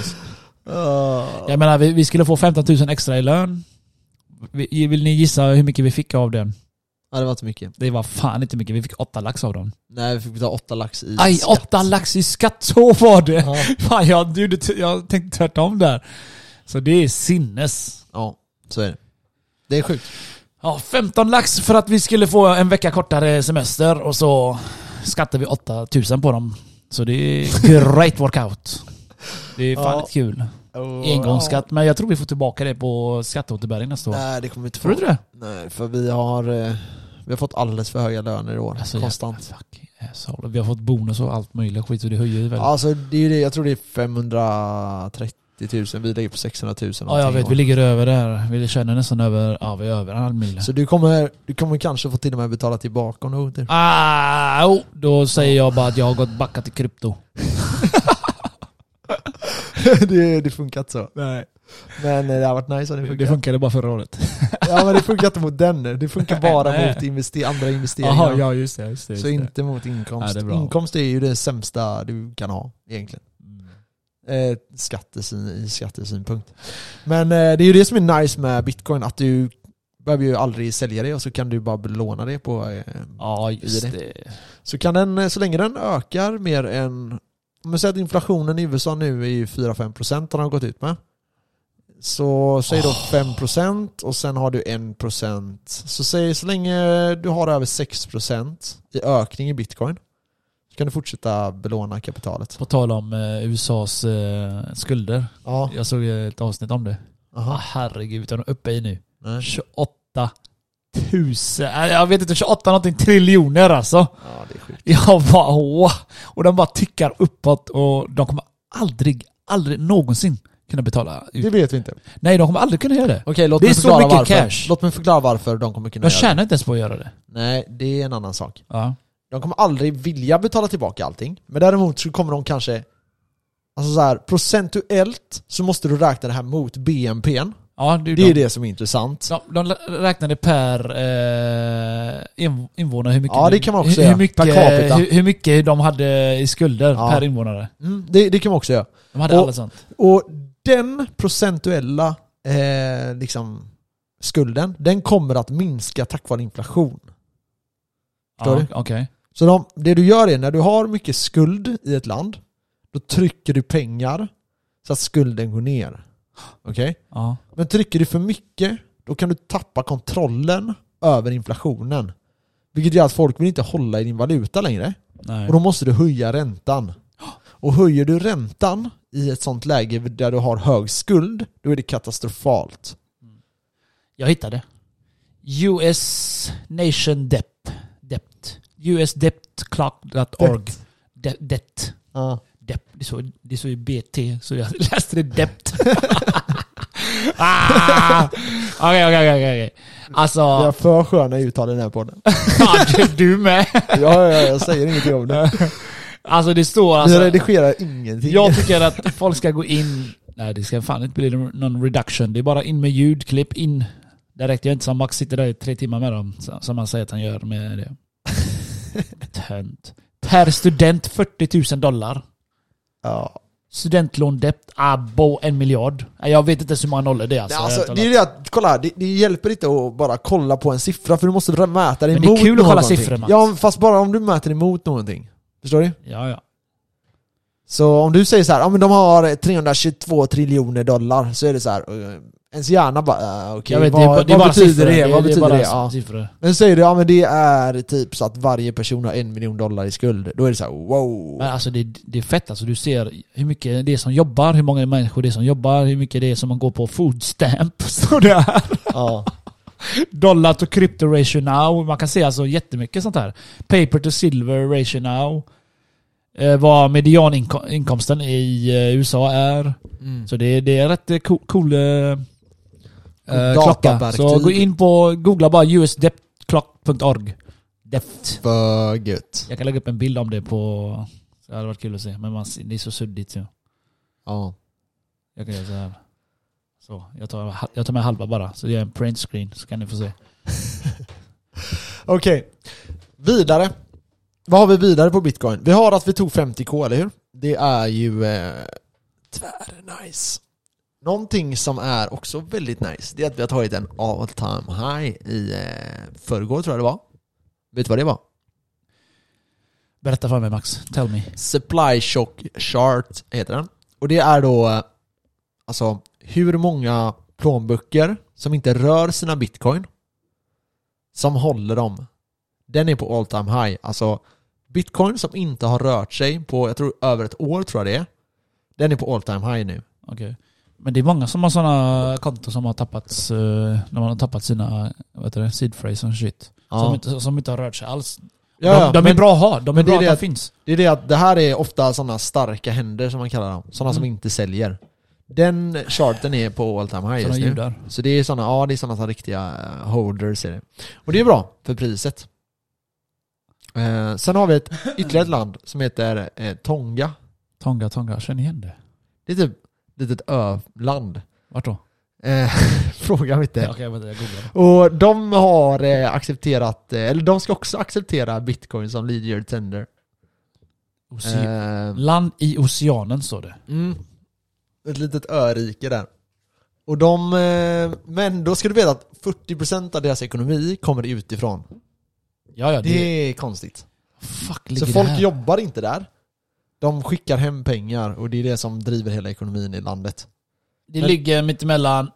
Ja. Jag menar, vi, vi skulle få femton tusen extra i lön. Vi, vill ni gissa hur mycket vi fick av den? Ja, det var inte mycket. Det var fan inte mycket. Vi fick åtta lax av dem. Nej, vi fick betala åtta lax i Aj, skatt. åtta lax i skatt. Så var det. Ja. Fan, jag, du, jag tänkte tvärtom där. Så det är sinnes. Ja, så är det. Det är sjukt. Ja, femton lax för att vi skulle få en vecka kortare semester och så skattade vi åtta tusen på dem. Så det är great workout. Det är fan Ja. lite kul. Oh, Engångsskatt, men jag tror vi får tillbaka det på skatteåterbäring nästa år. Nej, det kommer vi inte få. Tror du inte det? Nej, för vi har, eh, vi har fått alldeles för höga löner i år. Alltså, konstant. jävla fucking asshole. Vi har fått bonus och allt möjligt skit så det höjer ju väldigt. Alltså det är ju det, jag tror det är femhundratrettio tusen, vi ligger på sexhundratusen. Ja, jag vet, vi ligger över där. Vi känner nästan över, ja, vi är över en halv mille. Så du kommer, du kommer kanske få till och med betala tillbaka nog. Typ. Ah, oh, då säger jag bara att jag har gått backa till krypto. det, det funkar inte så. Nej. Men eh, det har varit nice om det funkar. Det funkade bara förra året. Ja, men det funkar inte mot den. Det funkar bara Nej. mot invester- andra investeringar. Jaha, ja just det. Just det, just så det. inte mot inkomst. Ja, det är bra. Inkomst är ju det sämsta du kan ha egentligen. Mm. Eh, skattesyn, i skattesynpunkt. Men eh, det är ju det som är nice med Bitcoin, att du behöver ju aldrig sälja det och så kan du bara belåna det på eh, Ja, just i det. det. Så kan den, så länge den ökar mer än, om man säger att inflationen i U S A nu är ju fyra till fem procent har den gått ut med. Så säg då fem procent och sen har du en procent. Så säg så länge du har över sex procent i ökning i Bitcoin så kan du fortsätta belåna kapitalet. På tal om eh, U S A:s eh, skulder. Ja. Jag såg ett avsnitt om det. Ah, Aha. herregud, de är uppe i nu. Nej. tjugoåtta tusen. äh, Jag vet inte, tjugoåtta någonting triljoner alltså. Ja, det är sjukt. Jag bara, åh. Och de bara tickar uppåt och de kommer aldrig, aldrig någonsin kunna betala ut. Det vet vi inte. Nej, de kommer aldrig kunna göra det. Okej, låt Det mig är så förklara mycket varför. cash. Låt mig förklara varför de kommer kunna De göra tjänar det. inte ens på att göra det. Nej, det är en annan sak. Ja. De kommer aldrig vilja betala tillbaka allting. Men däremot så kommer de kanske... Alltså så här, procentuellt så måste du räkna det här mot B N P. Ja, det är, Det är de, det som är intressant. de, de räknade per eh, in- invånare hur mycket, Ja, det kan man också hur, göra. hur, mycket, Per capita. hur, hur mycket de hade i skulder Ja. per invånare. Mm, det, det kan man också göra. De hade Och- alla sånt. Och den procentuella eh, liksom, skulden, den kommer att minska tack vare inflation. Förstår Ja, du? okej. Så de, det du gör är, när du har mycket skuld i ett land, då trycker du pengar så att skulden går ner. Okej? Ja. Men trycker du för mycket, då kan du tappa kontrollen över inflationen. Vilket gör att folk vill inte hålla i din valuta längre. Nej. Och då måste du höja räntan. Och höjer du räntan i ett sånt läge där du har hög skuld, då är det katastrofalt. Jag hittade. U S Nation Debt. Debt. U S Debt Clock dot org. De- Debt. Ja. Debt. Det står det står i B T, så jag läste det Debt. ah! Okej, okej, okej, okej. Alltså... Jag har för sköna uttal i den här podden. Ja, du, du med. Ja, ja, jag säger ingenting om det. Alltså det står Vi alltså... redigerar ingenting. Jag tycker att folk ska gå in... Nej, det ska fan inte bli någon reduction. Det är bara in med ljudklipp, in. Direkt. Jag är inte som Max sitter där i tre timmar med dem, som han säger att han gör med det. Tönt. Per student fyrtio tusen dollar. Ja. Studentlån debt, abo en miljard. Jag vet inte så många nollor det är alltså. Nej, alltså, det är ju det att, kolla här, det, det hjälper inte att bara kolla på en siffra, för du måste mäta det Men emot det är kul att kolla någonting. siffror, Max. Ja, fast bara om du mäter emot någonting. Förstår du? Ja, ja. Så om du säger så här, ja men de har trehundratjugotvå triljoner dollar, så är det så här, uh, ens hjärna bara, uh, okej, Jag vet, vad, det är bara, det är vad bara betyder siffror. det? Det, Vad det är betyder bara det? Ja. siffror. Men säger du, ja men det är typ så att varje person har en miljon dollar i skuld, då är det så här, wow. Men alltså det, det är fett alltså. Du ser hur mycket det är som jobbar, hur många människor det är som jobbar, hur mycket det är som man går på food stamp. Så det är. Ja. Dollar to crypto ratio now. Man kan se alltså jättemycket sånt här. Paper to silver ratio now. Eh, vad medianinkomsten i eh, U S A är. Mm. Så det, det är rätt eh, cool, cool eh, eh, klocka. dataverktyg. Så gå in på, googla bara U S debt clock dot org. Debt. För gött. Jag kan lägga upp en bild om det på... Så det hade varit kul att se. Men man, det är så suddigt. Så. Ja. Jag kan göra så här. Så, jag tar, jag tar med halva bara. Så det är en print screen. Så kan ni få se. Okej. Vidare. Vad har vi vidare på Bitcoin? Vi har att vi tog femtio k, eller hur? Det är ju eh, tvär nice. Någonting som är också väldigt nice, det är att vi har tagit en all time high i eh, förrgår, tror jag det var. Vet du vad det var? Berätta för mig, Max. Tell me. Supply Shock Chart heter den. Och det är då eh, alltså hur många plånböcker som inte rör sina bitcoin som håller dem. Den är på all time high. Alltså bitcoin som inte har rört sig på, jag tror över ett år, tror jag det är. Den är på all time high nu. Okej. Okay. Men det är många som har sådana konton som har tappats uh, när man har tappat sina, vad heter det, seed phrase och shit. Ja. Som, inte, som inte har rört sig alls. Ja, de de men, är bra att ha. De är men bra det är att det de att- finns. Det är det att det här är ofta sådana starka händer som man kallar dem. Sådana Mm. som inte säljer. Den charten är på all time high Sådana just nu. judar. Så det är sådana, ja det är sådana som riktiga eh, holders är det. Och det är bra för priset. Eh, sen har vi ett ytterligare ett land som heter eh, Tonga. Tonga, Tonga. Känner igen det. Det är typ ett litet öland. Vart då? Eh, fråga mig inte. Ja, okej, vänta, jag googlar. Och de har eh, accepterat, eh, eller de ska också acceptera bitcoin som leader tender. Oce- Eh, Land i oceanen, står det. mm, ett litet örike där. Och de, eh, men då ska du veta att fyrtio procent av deras ekonomi kommer utifrån. Ja, ja. Det, Det är konstigt. fuck, Så ligger folk det här? jobbar inte där. De skickar hem pengar och det är det som driver hela ekonomin i landet. Det Men- ligger mittemellan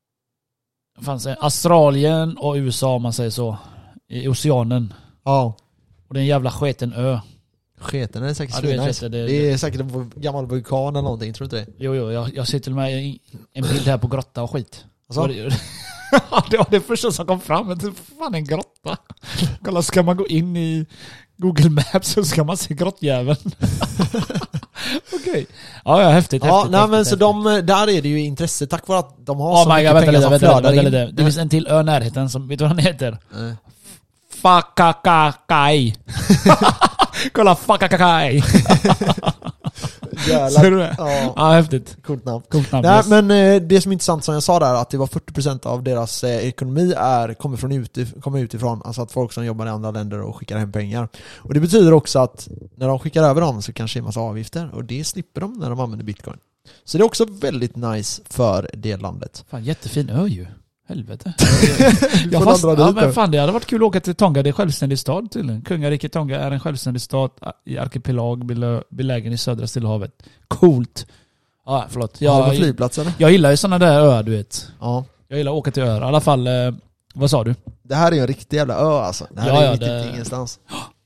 fan säger, Australien och U S A, om man säger så. I oceanen. Ja. Och det är en jävla sketen ö. Sketen är säkert Ja, du vet, nice. vet det, du, det- det är säkert en gammal vulkan eller någonting, tror du inte det? Jo, jo, jag, jag ser till och med i- en bild här på grotta och skit. Alltså? Var det, ja, det var det första som kom fram. Men det är fan en grotta. Kolla, ska man gå in i Google Maps så ska man se grottjäveln. Okej. Ja, ja, häftigt. Ja, häftigt, nej häftigt, men häftigt. så de, där är det ju intresse tack vare att de har Oh så my mycket God, pengar vänta, som vänta, vänta, flödar vänta, in. vänta. Det finns en till ö i närheten som, vet du vad han heter? Nej. Fakakai. Kolla, Fakakai. Jävlar. Ser du det? Ja, Ja, häftigt. coolt namn. Coolt namn. Nej, yes. men eh, det som är intressant som jag sa där, att det var fyrtio procent av deras eh, ekonomi är, kommer, från utif- kommer utifrån. Alltså att folk som jobbar i andra länder och skickar hem pengar. Och det betyder också att när de skickar över dem så kanske det är en massa avgifter. Och det slipper de när de använder bitcoin. Så det är också väldigt nice för det landet. Fan, jättefin ö ju. Helvete. Du Jag får fast, andra ja, dit men nu. fan, det hade varit kul att åka till Tonga. Det är självständig stad tydligen. Kungariket Tonga är en självständig stad i arkipelag belö- belägen i södra Stilla havet. Coolt. Ja, förlåt. Ja, Jag, på flygplatsen. jag gillar ju sådana där öar, du vet. Ja. Jag gillar att åka till öar. I alla fall, eh, vad sa du? Det här är ju en riktig jävla ö alltså. Det här Ja, är ja, riktigt det- ingenstans.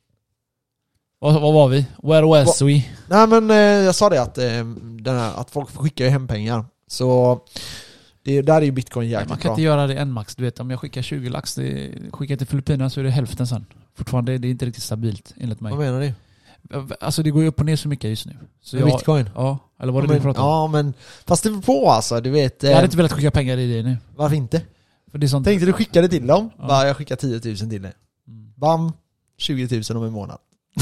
Vad, vad var vi? Where was we? Nej men eh, jag sa det att, eh, den här, att folk skickar ju hem pengar. Så det, där är ju bitcoin jäkligt Man kan bra. inte göra det en max. Du vet, om jag skickar tjugo lax, det, skickar till Filippinerna så är det hälften sen. Fortfarande, det är inte riktigt stabilt enligt mig. Vad menar du? Alltså det går ju upp och ner så mycket just nu. Så Med jag, bitcoin? Ja, eller vad Ja, det du men, pratade om? ja men, fast det är på alltså, du vet. Jag Eh, hade inte velat skicka pengar i det nu. varför inte? För det är sånt... Tänkte du skicka det till dem? Ja. Bara, jag skickar tio tusen till dig. Mm. Bam, tjugo tusen om en månad.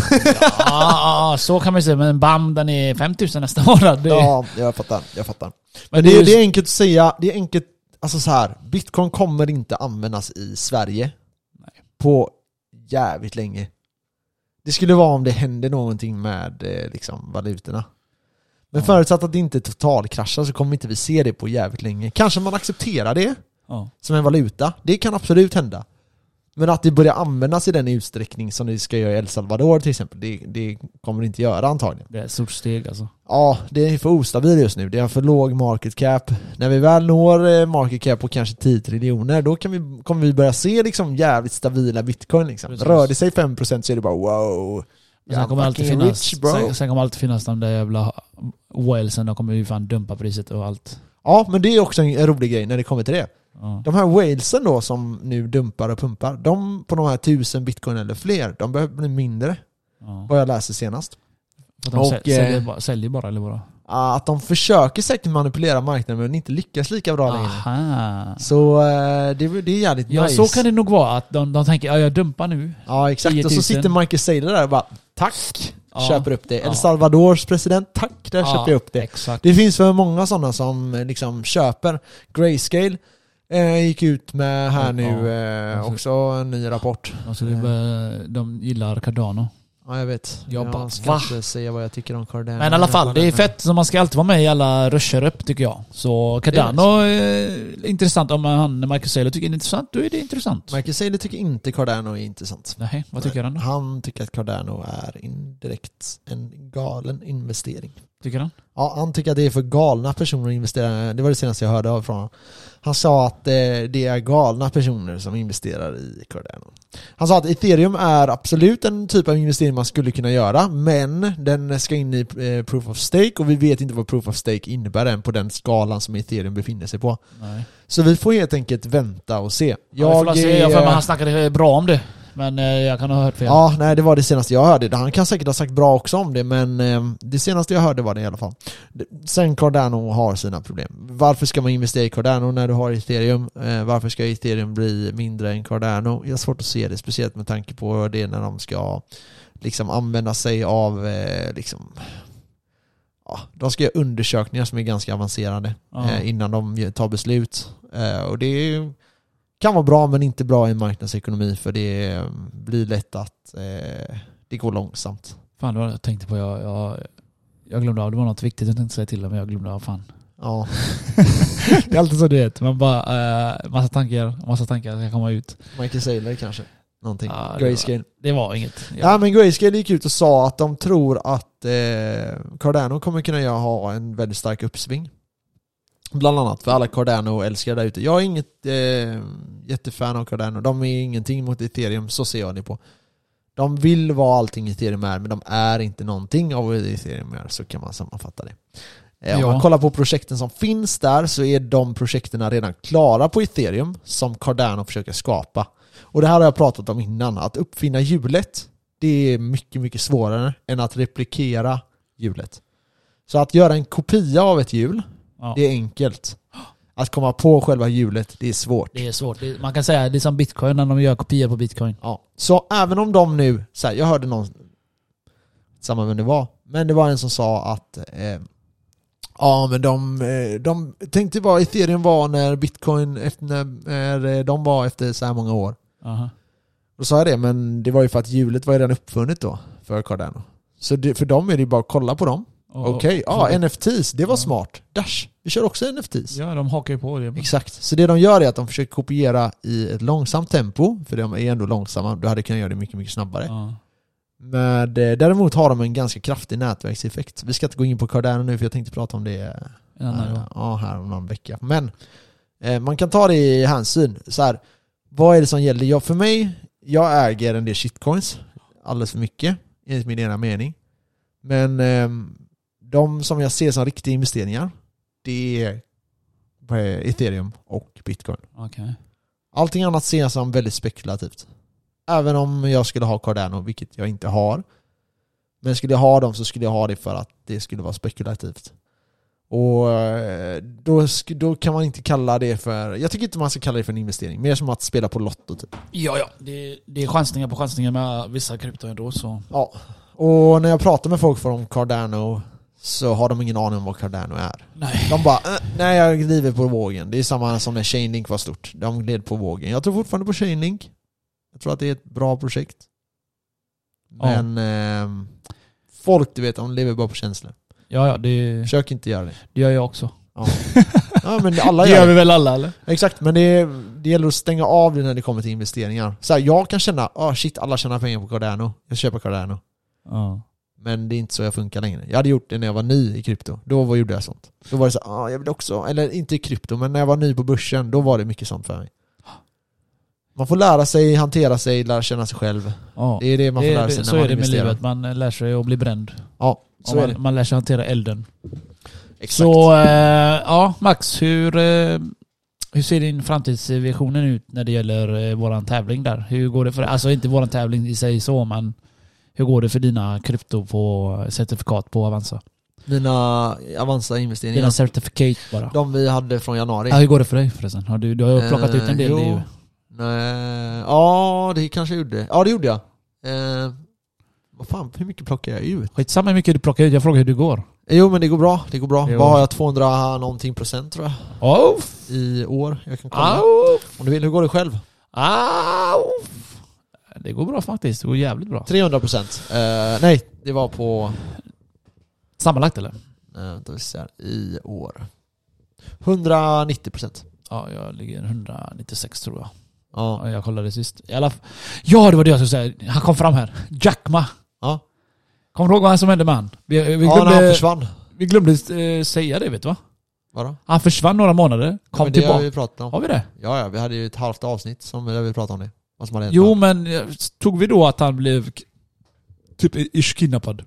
Ja, ja, så kan man ju säga. Men bam, den är fem tusen nästa månad. Det, Ja, jag fattar, jag fattar. men Men det det, är är, ju- det är enkelt att säga, det är enkelt, alltså så här, bitcoin kommer inte användas i Sverige Nej. på jävligt länge. Det skulle vara om det händer någonting med eh, liksom, valutorna. Men Ja. förutsatt att det inte totalkraschar så kommer inte vi se det på jävligt länge. Kanske man accepterar det Ja. som en valuta. Det kan absolut hända. Men att det börjar användas i den utsträckning som det ska göra i El Salvador till exempel, det, det kommer det inte göra antagligen. Det är ett stort steg alltså. Ja, det är för ostabil just nu. Det är för låg market cap. När vi väl når eh, market cap på kanske tio triljoner, då kan vi, kommer vi börja se liksom jävligt stabila bitcoin liksom. Precis. Rör det sig fem procent så är det bara wow. Men sen I'm kommer alltid fucking finnas, rich, bro. sen, sen kommer alltid finnas de där jävla whalesen. De kommer ju fan dumpa priset och allt. Ja, men det är också en rolig grej när det kommer till det. Ja. De här whalesen då som nu dumpar och pumpar, de på de här tusen bitcoin eller fler, de behöver bli mindre. Ja. Vad jag läser senast. För att de Och, säl- säljer, eh, bara, säljer bara eller bara? Att de försöker säkert manipulera marknaden men inte lyckas lika bra längre. Aha. Så eh, det, det är jävligt Ja, nice. så kan det nog vara. Att de, de tänker, ja jag dumpar nu. Ja, exakt. tio Och tusen. så sitter Michael Saylor där och bara tack, Ja. köper upp det. Ja. El Salvadors president, tack, där köper jag upp det. Exakt. Det finns för många sådana som eh, liksom köper. Grayscale eh, gick ut med här Ja. nu eh, Alltså- också en ny rapport. Alltså det bör, de gillar Cardano. Ja, jag vet. Jag bara, jag ska va? inte säga vad jag tycker om Cardano. Men i alla fall, det är fett. Så man ska alltid vara med i alla rusher upp tycker jag. Så Cardano är intressant. Om han, Michael Saylor tycker det är intressant, då är det intressant. Michael Saylor tycker inte Cardano är intressant. Nej, vad tycker han då? Han tycker att Cardano är indirekt en galen investering. Tycker han? Ja, han tycker att det är för galna personer att investera. Det var det senaste jag hörde av från honom. Han sa att eh, det är galna personer som investerar i Cardano. Han sa att Ethereum är absolut en typ av investering man skulle kunna göra, men den ska in i eh, Proof of Stake och vi vet inte vad Proof of Stake innebär än på den skalan som Ethereum befinner sig på. Nej. Så vi får helt enkelt vänta och se. Jag, jag, får se, jag för mig är- han snackade bra om det. Men eh, jag kan ha hört fel. Ja, nej det var det senaste jag hörde. Han kan säkert ha sagt bra också om det, men eh, det senaste jag hörde var det i alla fall. Sen Cardano har sina problem. Varför ska man investera i Cardano när du har Ethereum? Eh, varför ska Ethereum bli mindre än Cardano? Jag har svårt att se det, speciellt med tanke på det när de ska liksom använda sig av eh, liksom ja, de ska göra undersökningar som är ganska avancerade Ja. eh, innan de tar beslut. Eh, och det är ju kan vara bra men inte bra i en marknadsekonomi för det eh, blir lätt att eh, det går långsamt. Fan, det var jag tänkte på. Jag, jag, jag glömde av. Det var något viktigt jag tänkte säga till dem, men jag glömde av. Fan. Ja, Det är alltid så du vet. Man bara, eh, massa tankar, massa tankar ska komma ut. Michael Saylor kanske. Någonting. Ja, det Grayscale. Det var inget. Ja. men Grayscale gick ut och sa att de tror att eh, Cardano kommer kunna göra, ha en väldigt stark uppsving. Bland annat för alla Cardano-älskare där ute. Jag är inget eh, jättefan av Cardano. De är ingenting mot Ethereum, så ser jag det på. De vill vara allting Ethereum är, men de är inte någonting av vad Ethereum är, så kan man sammanfatta det. Eh, om Ja. man kollar på projekten som finns där så är de projekten redan klara på Ethereum som Cardano försöker skapa. Och det här har jag pratat om innan. Att uppfinna hjulet, det är mycket, mycket svårare än att replikera hjulet. Så att göra en kopia av ett hjul, Ja. det är enkelt. Att komma på själva hjulet, det är svårt. Det är svårt. Det, man kan säga det är som Bitcoin när de gör kopior på Bitcoin. Ja. Så även om de nu, så här, jag hörde någon, samma vem det var, men det var en som sa att eh, ja men de, eh, de tänkte bara Ethereum var när Bitcoin efter, när de var efter så här många år. Aha. Då sa jag det, men det var ju för att hjulet var redan uppfunnet då för Cardano. Så det, för dem är det bara att kolla på dem. Och- Okej, okay. ja och- N F Ts, det var Ja. smart. Dash, vi kör också N F Ts. Ja, de hakar ju på det. Exakt. Så det de gör är att de försöker kopiera i ett långsamt tempo, för de är ändå långsamma. Du hade kunnat göra det mycket, mycket snabbare. Ja. Men eh, däremot har de en ganska kraftig nätverkseffekt. Vi ska inte gå in på Cardano nu, för jag tänkte prata om det En annan eh, gång. ja, här om någon vecka. Men eh, man kan ta det i hänsyn. Så här, vad är det som gäller? Jag, för mig, jag äger en del shitcoins. Alldeles för mycket, enligt min egen mening. Men eh, de som jag ser som riktiga investeringar, det är på Ethereum och Bitcoin. Okej. Allting annat ser jag som väldigt spekulativt. Även om jag skulle ha Cardano, vilket jag inte har. Men skulle jag ha dem så skulle jag ha det för att det skulle vara spekulativt. Och eh, då, sk- då kan man inte kalla det för... Jag tycker inte man ska kalla det för en investering. Mer som att spela på lotto typ. Ja, ja. Det, det är chansningar på chansningar med vissa krypto ändå, så... Ja. Och när jag pratar med folk från Cardano så har de ingen aning om vad Cardano är. Nej. De bara, äh, nej jag glider på vågen. Det är samma som när Chainlink var stort. De gled på vågen. Jag tror fortfarande på Chainlink. Jag tror att det är ett bra projekt. Men eh, folk, du vet, de lever bara på känslor. Ja, ja. Det, Försök inte göra det. det gör jag också. Ja, ja men alla Det gör gör vi det. väl alla, eller? Exakt, men det, det gäller att stänga av det när det kommer till investeringar. Så här, jag kan känna, ah shit, alla tjänar pengar på Cardano. Jag köper Cardano. Ja. Men det är inte så jag funkar längre. Jag hade gjort det när jag var ny i krypto. Då var, gjorde jag sånt. Då var det så ah jag vill också, eller inte i krypto, men när jag var ny på börsen, då var det mycket sånt för mig. Man får lära sig, hantera sig, lära känna sig själv. Ja. Det är det man får Det- lära det- sig så när man är det med investerar. livet. Man lär sig att bli bränd. Ja, Och så är det. man, man lär sig hantera elden. Exakt. Så, eh, ja, Max, hur, eh, hur ser din framtidsvisionen ut när det gäller eh, våran tävling där? Hur går det för, alltså inte våran tävling i sig så, men hur går det för dina krypto på certifikat på Avanza? Mina Avanza-investeringar, Dina certificate bara. de vi hade från januari. Ja, hur går det för dig förresten? Har du, du har ju plockat Eh, ut en del. jo. Det är ju, Nej, ja, det kanske jag gjorde. Ja, det gjorde jag. Eh, vad fan, hur mycket plockar jag ut? skitsamma hur mycket du plockar ut, jag frågar hur det går. Jo, men det går bra. Det går bra. Jo. Vad har jag? tvåhundra någonting procent tror jag. Oh, I år. Jag kan kolla. oh, Om du vill, hur går det själv? oh. Det går bra faktiskt, det går jävligt bra. trehundra procent. Eh, nej, det var på... Sammanlagt eller? Eh, vänta, vi ser här. I år. hundranittio procent. Ja, jag ligger hundranittiosex tror jag. Ja. Ja, jag kollade sist. I alla f- ja, det var det jag skulle säga. Han kom fram här. Jack Ma. Ja. Kommer du ihåg vad som hände med han? Vi, vi Ja, när han glömde, försvann. vi glömde eh, säga det, vet du va? Vadå? Han försvann några månader. Ja, Kom men det har tillbaka. vi pratat om. Har vi det? Ja, ja, vi hade ju ett halvt avsnitt som där vi pratade om det. Vad som hade hänt. Jo, men eh, tog vi då att han blev k- typ ish kidnappad?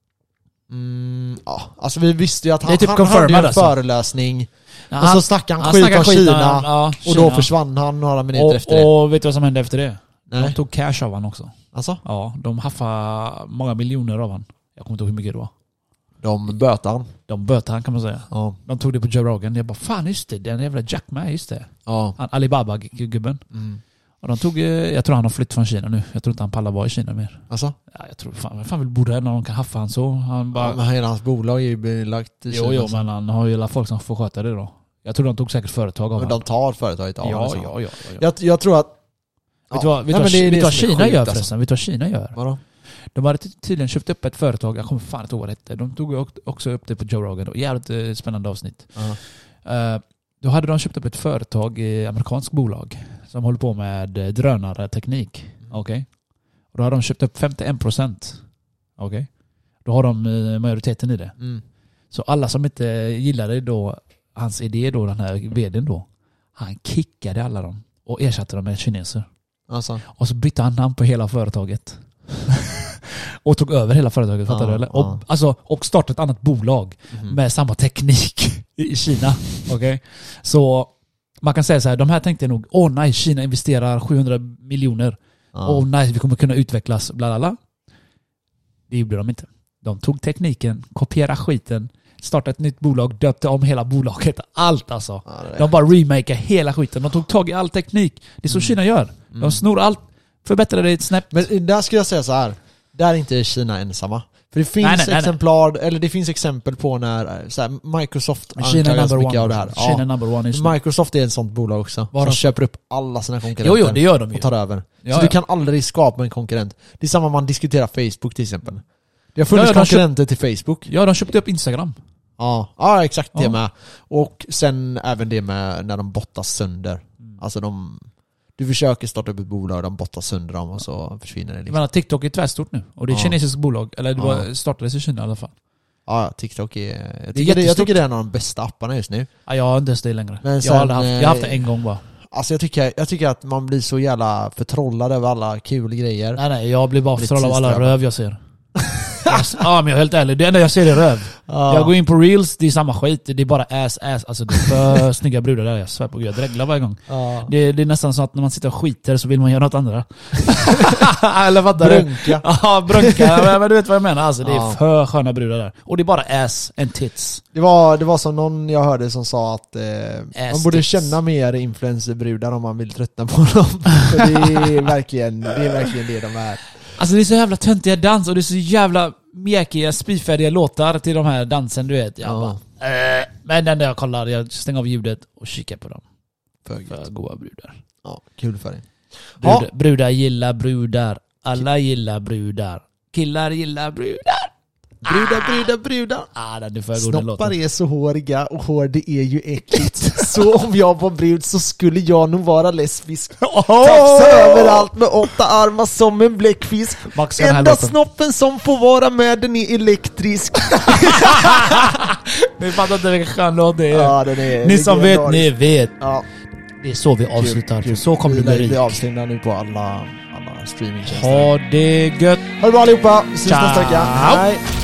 Mm, ja, alltså vi visste ju att Det han, är typ han hade ju confirmad en alltså. föreläsning. Ja, Och så snackade han han skit snackade om skit Kina. när han- ja, Och då Kina. försvann han några minuter efter det. Och, och vet du vad som hände efter det? De Nej. tog cash av han också. Alltså? Ja, de haffade många miljoner av han. Jag kommer inte ihåg hur mycket det var. De bötade han. De bötade han kan man säga. Ja. De tog det på Joe Rogan. Jag bara, fan just det, den jävla Jack Ma, just det. Ja. Han, Alibaba-gubben. Mm. Och de tog, eh, jag tror han har flytt från Kina nu. Jag tror inte han pallar vara i Kina mer. Alltså? Ja, jag tror fan, vem fan vill bo där när de kan haffa han så? Han bara, Ja, men hela hans bolag är ju belagt i jo, Kina, jo, alltså. men han har ju alla folk som får sköta det då. Jag tror de tog säkert företag av Men han. de tar företaget av Ja, alltså. ja, ja, ja, ja. Jag, jag tror att... Vet du vad, vet du Nej, vad, men det är vet det du vad som är Kina sjukt, gör alltså. förresten? Vet du vad Kina gör? Vadå? De hade ty- tydligen köpt upp ett företag, jag kommer fan inte ihåg vad det hette. De tog ju också upp det på Joe Rogan. Jävligt eh, spännande avsnitt. Uh-huh. Eh, då hade de köpt upp ett företag, eh, amerikanskt bolag, som håller på med eh, drönarteknik. Mm. Okej? Och då har de köpt upp femtioen procent. Okej? Då har de eh, majoriteten i det. Mm. Så alla som inte gillade då hans idé då, den här vdn då, han kickade alla dem och ersatte dem med kineser. Alltså. Och så bytte han namn på hela företaget. och tog över hela företaget, fattar Ja, du eller? ja. Och, alltså, och startade ett annat bolag Mhm. med samma teknik i Kina. Okej? Så man kan säga så här, de här tänkte nog, åh nej, Kina investerar sjuhundra miljoner. Ja. Åh nej, vi kommer kunna utvecklas, bla bla bla. Det gjorde de inte. De tog tekniken, kopierade skiten, startade ett nytt bolag, döpte om hela bolaget. Allt alltså. Ja, det är De bara remakar hela skiten. De tog tag i all teknik. Det är så Kina gör. De snor allt, förbättrar det ett snäpp. Men där skulle jag säga så här. Där är inte Kina ensamma. För det finns Nej, nej, nej, exemplar, eller det finns exempel på när så här, Microsoft Kina anklagas number mycket one. av det här. Kina Ja. number one just nu. Microsoft är ett sånt bolag också. Var som de- köper upp alla sina konkurrenter. Jo, jo, det gör de ju. och tar över. Ja, så ja. du kan aldrig skapa en konkurrent. Det är samma om man diskuterar Facebook till exempel. Det har funnits Ja, ja, de konkurrenter till Facebook. Ja, de köpte upp Instagram. Ja, ja exakt det Ja. med. Och sen även det med när de bottas sönder. Mm. Alltså de... Du försöker starta upp ett bolag och de bottas sönder dem och så försvinner det Jag liksom. menar, TikTok är tvärstort nu. Och det är ett Ja. kinesiskt bolag. Eller det Ja. var, startades i Kina i alla fall. Ja, TikTok är... Jag Det är tycker det, jag jättestort. tycker det är en av de bästa apparna just nu. Ja, jag har inte ens det längre. Men jag, har aldrig sen, haft, jag har haft det eh, en gång bara. Alltså jag tycker, jag tycker att man blir så jävla förtrollad över alla kul grejer. Nej, nej, jag blir bara Lite förtrollad av alla tidssträvan. röv jag ser. Jag- Ja, men jag är helt ärlig. Det enda jag ser är röv. Ja. Jag går in på reels, det är samma skit. Det är bara ass, ass. Alltså det är för snygga brudar där. Jag svär på Gud, jag dreglar varje gång. Ja. Det, det är nästan så att när man sitter och skiter så vill man göra något andra. Eller fattar du? Brunka. Ja, brunka. Men, men du vet vad jag menar. Alltså, det är Ja. för sköna brudar där. Och det är bara ass and tits. Det var, det var som någon jag hörde som sa att eh, man borde tits. känna mer influencerbrudar om man vill tröttna på dem. För det är verkligen det, är verkligen det de är. Alltså det är så jävla töntiga dans och det är så jävla mjäkiga, spyfärdiga låtar till de här dansen, du vet. Jag Ja. bara, äh. Men den där jag kollar, jag stänger av ljudet och kikar på dem. För För gött. goa brudar. Ja, kul för dig. Brudar, Ja. brudar gillar brudar. Alla gillar brudar. Killar gillar brudar. Brudar, brudar, brudar. Ah, den är för god den Snoppar låten. är så håriga och hår det är ju äckligt. Så om jag var brud så skulle jag nog vara lesbisk. Tafsa överallt med åtta armar som en bläckfisk. Max den här Enda låten. snoppen som får vara med den är elektrisk. Ni fattar inte vilken skön låt det är. Ja, den är Ni som vet, legendarisk. ni vet. Ja, Det är så vi avslutar. kul. Så kommer det bli Vi rik. blir avstängda nu på alla, alla streamingtjänster. Ha det gött. Ha det bra allihopa. Vi ses Ciao. nästa vecka. Hej.